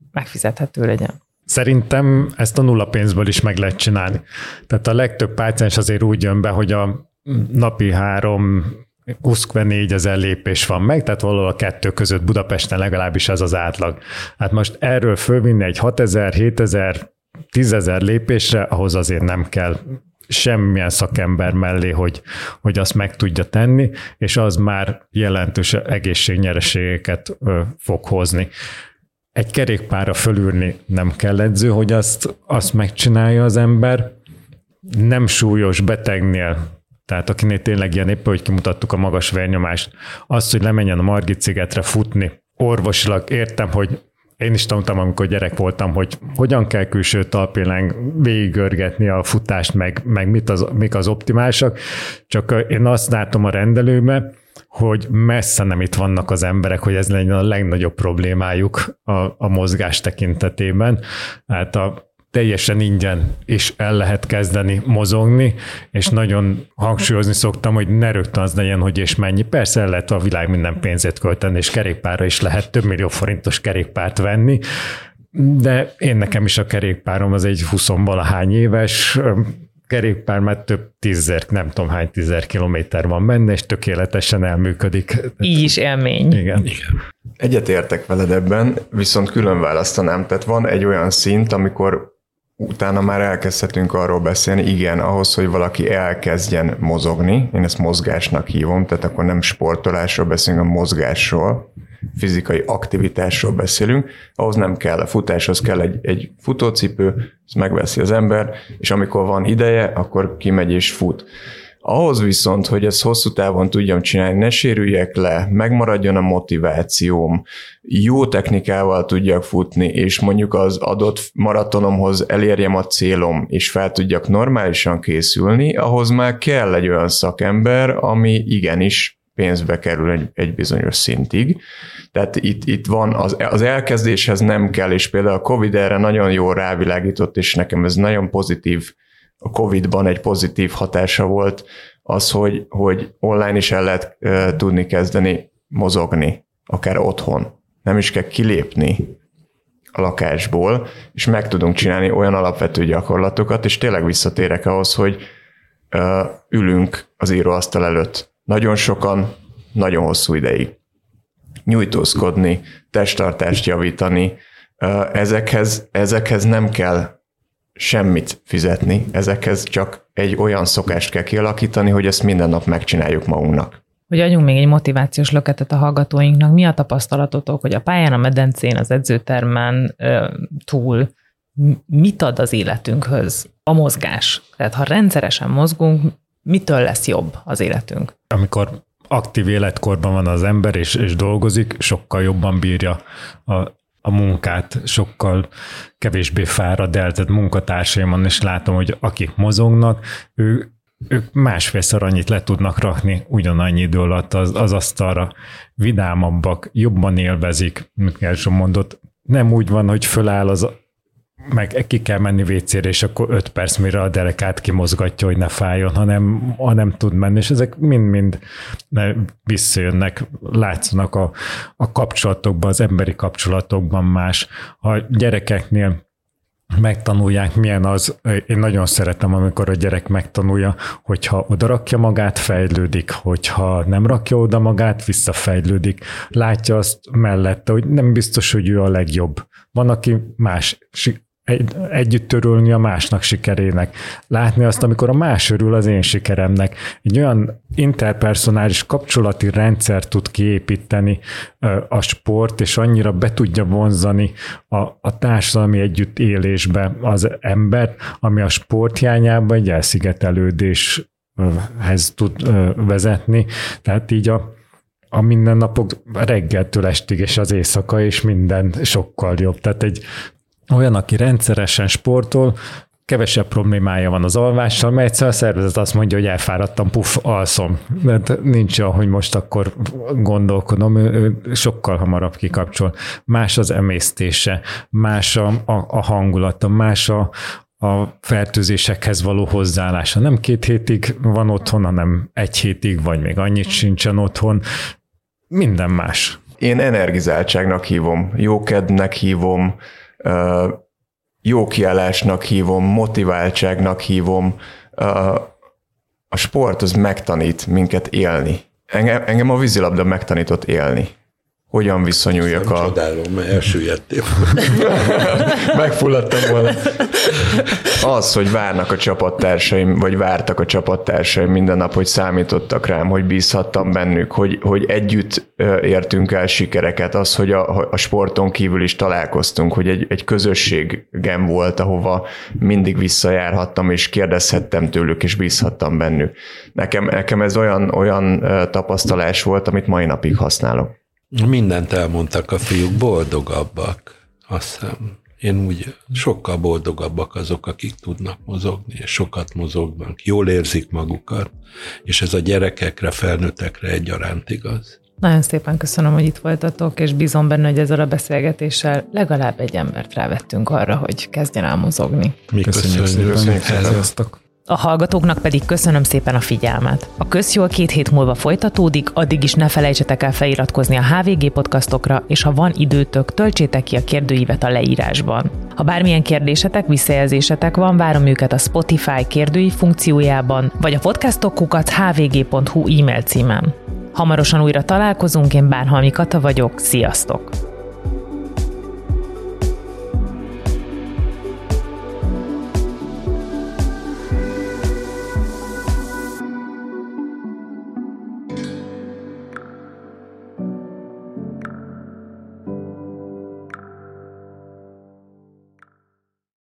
megfizethető legyen.
Szerintem ezt a nulla pénzből is meg lehet csinálni. Tehát a legtöbb páciens azért úgy jön be, hogy a napi három huszonnégy ezer lépés van meg, tehát valahol a kettő között Budapesten legalábbis ez az átlag. Hát most erről fölvinni egy hatezer, hétezer, tízezer lépésre, ahhoz azért nem kell semmilyen szakember mellé, hogy, hogy azt meg tudja tenni, és az már jelentős egészségnyereségeket ö, fog hozni. Egy kerékpárra fölülni nem kell edző, hogy azt, azt megcsinálja az ember. Nem súlyos betegnél, tehát akinél tényleg ilyen éppen, hogy kimutattuk a magas vérnyomást, azt, hogy lemenjen a Margit szigetre futni, orvosilag értem, hogy én is tanultam, amikor gyerek voltam, hogy hogyan kell külső talpilánk végigörgetni a futást, meg, meg mit az, mik az optimálisak, csak én azt látom a rendelőbe, hogy messze nem itt vannak az emberek, hogy ez legyen a legnagyobb problémájuk a, a mozgás tekintetében. Hát a teljesen ingyen is el lehet kezdeni mozogni, és nagyon hangsúlyozni szoktam, hogy ne rögtön az legyen, hogy és mennyi. Persze el lehet a világ minden pénzét költeni, és kerékpárra is lehet több millió forintos kerékpárt venni, de én nekem is a kerékpárom az egy huszonvalahány éves kerékpár, mert több tízezer, nem tudom hány tízezer kilométer van benne, és tökéletesen elműködik.
Így is élmény.
Igen.
Igen.
Egyet értek veled ebben, viszont külön választanám. Tehát van egy olyan szint, amikor utána már elkezdhetünk arról beszélni, igen, ahhoz, hogy valaki elkezdjen mozogni, én ezt mozgásnak hívom, tehát akkor nem sportolásról beszélünk, hanem mozgásról, fizikai aktivitásról beszélünk, ahhoz nem kell, a futáshoz kell egy, egy futócipő, ezt megveszi az ember, és amikor van ideje, akkor kimegy és fut. Ahhoz viszont, hogy ezt hosszú távon tudjam csinálni, ne sérüljek le, megmaradjon a motivációm, jó technikával tudjak futni, és mondjuk az adott maratonomhoz elérjem a célom, és fel tudjak normálisan készülni, ahhoz már kell egy olyan szakember, ami igenis pénzbe kerül egy, egy bizonyos szintig. Tehát itt, itt van, az, az elkezdéshez nem kell, és például a Covid erre nagyon jól rávilágított, és nekem ez nagyon pozitív, a Covidban egy pozitív hatása volt az, hogy, hogy online is el lehet e, tudni kezdeni mozogni, akár otthon. Nem is kell kilépni a lakásból, és meg tudunk csinálni olyan alapvető gyakorlatokat, és tényleg visszatérek ahhoz, hogy e, ülünk az íróasztal előtt. Nagyon sokan, nagyon hosszú ideig. Nyújtózkodni, testtartást javítani, e, ezekhez, ezekhez nem kell semmit fizetni, ezekhez csak egy olyan szokást kell kialakítani, hogy ezt minden nap megcsináljuk magunknak.
Hogy adjunk még egy motivációs löketet a hallgatóinknak, mi a tapasztalatotok, hogy a pályán, a medencén, az edzőtermen túl mit ad az életünkhöz a mozgás? Tehát ha rendszeresen mozgunk, mitől lesz jobb az életünk?
Amikor aktív életkorban van az ember és, és dolgozik, sokkal jobban bírja a a munkát, sokkal kevésbé fárad el, tehát munkatársaimon is látom, hogy akik mozognak, ő, ők másfélszer annyit le tudnak rakni ugyanannyi idő alatt az, az asztalra, vidámabbak, jobban élvezik, mint Gerson mondott, nem úgy van, hogy föláll az, meg ki kell menni vécére, és akkor öt perc, mire a derekát kimozgatja, hogy ne fájjon, hanem, hanem tud menni, és ezek mind-mind visszajönnek, látszanak a, a kapcsolatokban, az emberi kapcsolatokban más. A gyerekeknél megtanulják, milyen az, én nagyon szeretem, amikor a gyerek megtanulja, hogyha odarakja magát, fejlődik, hogyha nem rakja oda magát, visszafejlődik. Látja azt mellette, hogy nem biztos, hogy ő a legjobb. Van, aki más, egy, együtt örülni a másnak sikerének. Látni azt, amikor a más örül az én sikeremnek. Egy olyan interpersonális kapcsolati rendszer tud kiépíteni a sport, és annyira be tudja vonzani a, a társadalmi együttélésbe az embert, ami a sport hiányában egy elszigetelődéshez tud vezetni. Tehát így a a mindennapok reggeltől estig és az éjszaka, és minden sokkal jobb. Tehát egy olyan, aki rendszeresen sportol, kevesebb problémája van az alvással, mert egyszer a szervezet azt mondja, hogy elfáradtam, puff, alszom. De nincs olyan, hogy most akkor gondolkodom, ő sokkal hamarabb kikapcsol. Más az emésztése, más a, a, a hangulata, más a, a fertőzésekhez való hozzáállása. Nem két hétig van otthon, hanem egy hétig, vagy még annyit sincsen otthon. Minden más.
Én energizáltságnak hívom, jókedvnek hívom, jó kiállásnak hívom, motiváltságnak hívom. A sport az megtanít minket élni. Engem, engem a vízilabda megtanított élni. Hogyan viszonyuljak
nem
a...
Csodálom, mert elsüllyedtél.
Megfulladtam volna. Az, hogy várnak a csapattársaim, vagy vártak a csapattársaim minden nap, hogy számítottak rám, hogy bízhattam bennük, hogy, hogy együtt értünk el sikereket, az, hogy a, a sporton kívül is találkoztunk, hogy egy, egy közösségem volt, ahova mindig visszajárhattam, és kérdezhettem tőlük, és bízhattam bennük. Nekem, nekem ez olyan, olyan tapasztalás volt, amit mai napig használok.
Mindent elmondtak a fiúk, boldogabbak, azt hiszem. Én úgy sokkal boldogabbak azok, akik tudnak mozogni, és sokat mozognak, jól érzik magukat, és ez a gyerekekre, felnőttekre egyaránt igaz.
Nagyon szépen köszönöm, hogy itt voltatok, és bízom benne, hogy ezzel a beszélgetéssel legalább egy embert rávettünk arra, hogy kezdjen el mozogni.
Mi köszönjük, köszönjük,
köszönjük szépen. Sziasztok!
A hallgatóknak pedig köszönöm szépen a figyelmet. A Közjól két hét múlva folytatódik, addig is ne felejtsetek el feliratkozni a há vé gé podcastokra, és ha van időtök, töltsétek ki a kérdőívet a leírásban. Ha bármilyen kérdésetek, visszajelzésetek van, várom őket a Spotify kérdőív funkciójában, vagy a podcastok kukac h v g pont h u e-mail címen. Hamarosan újra találkozunk, én Bánhalmi Kata vagyok, sziasztok!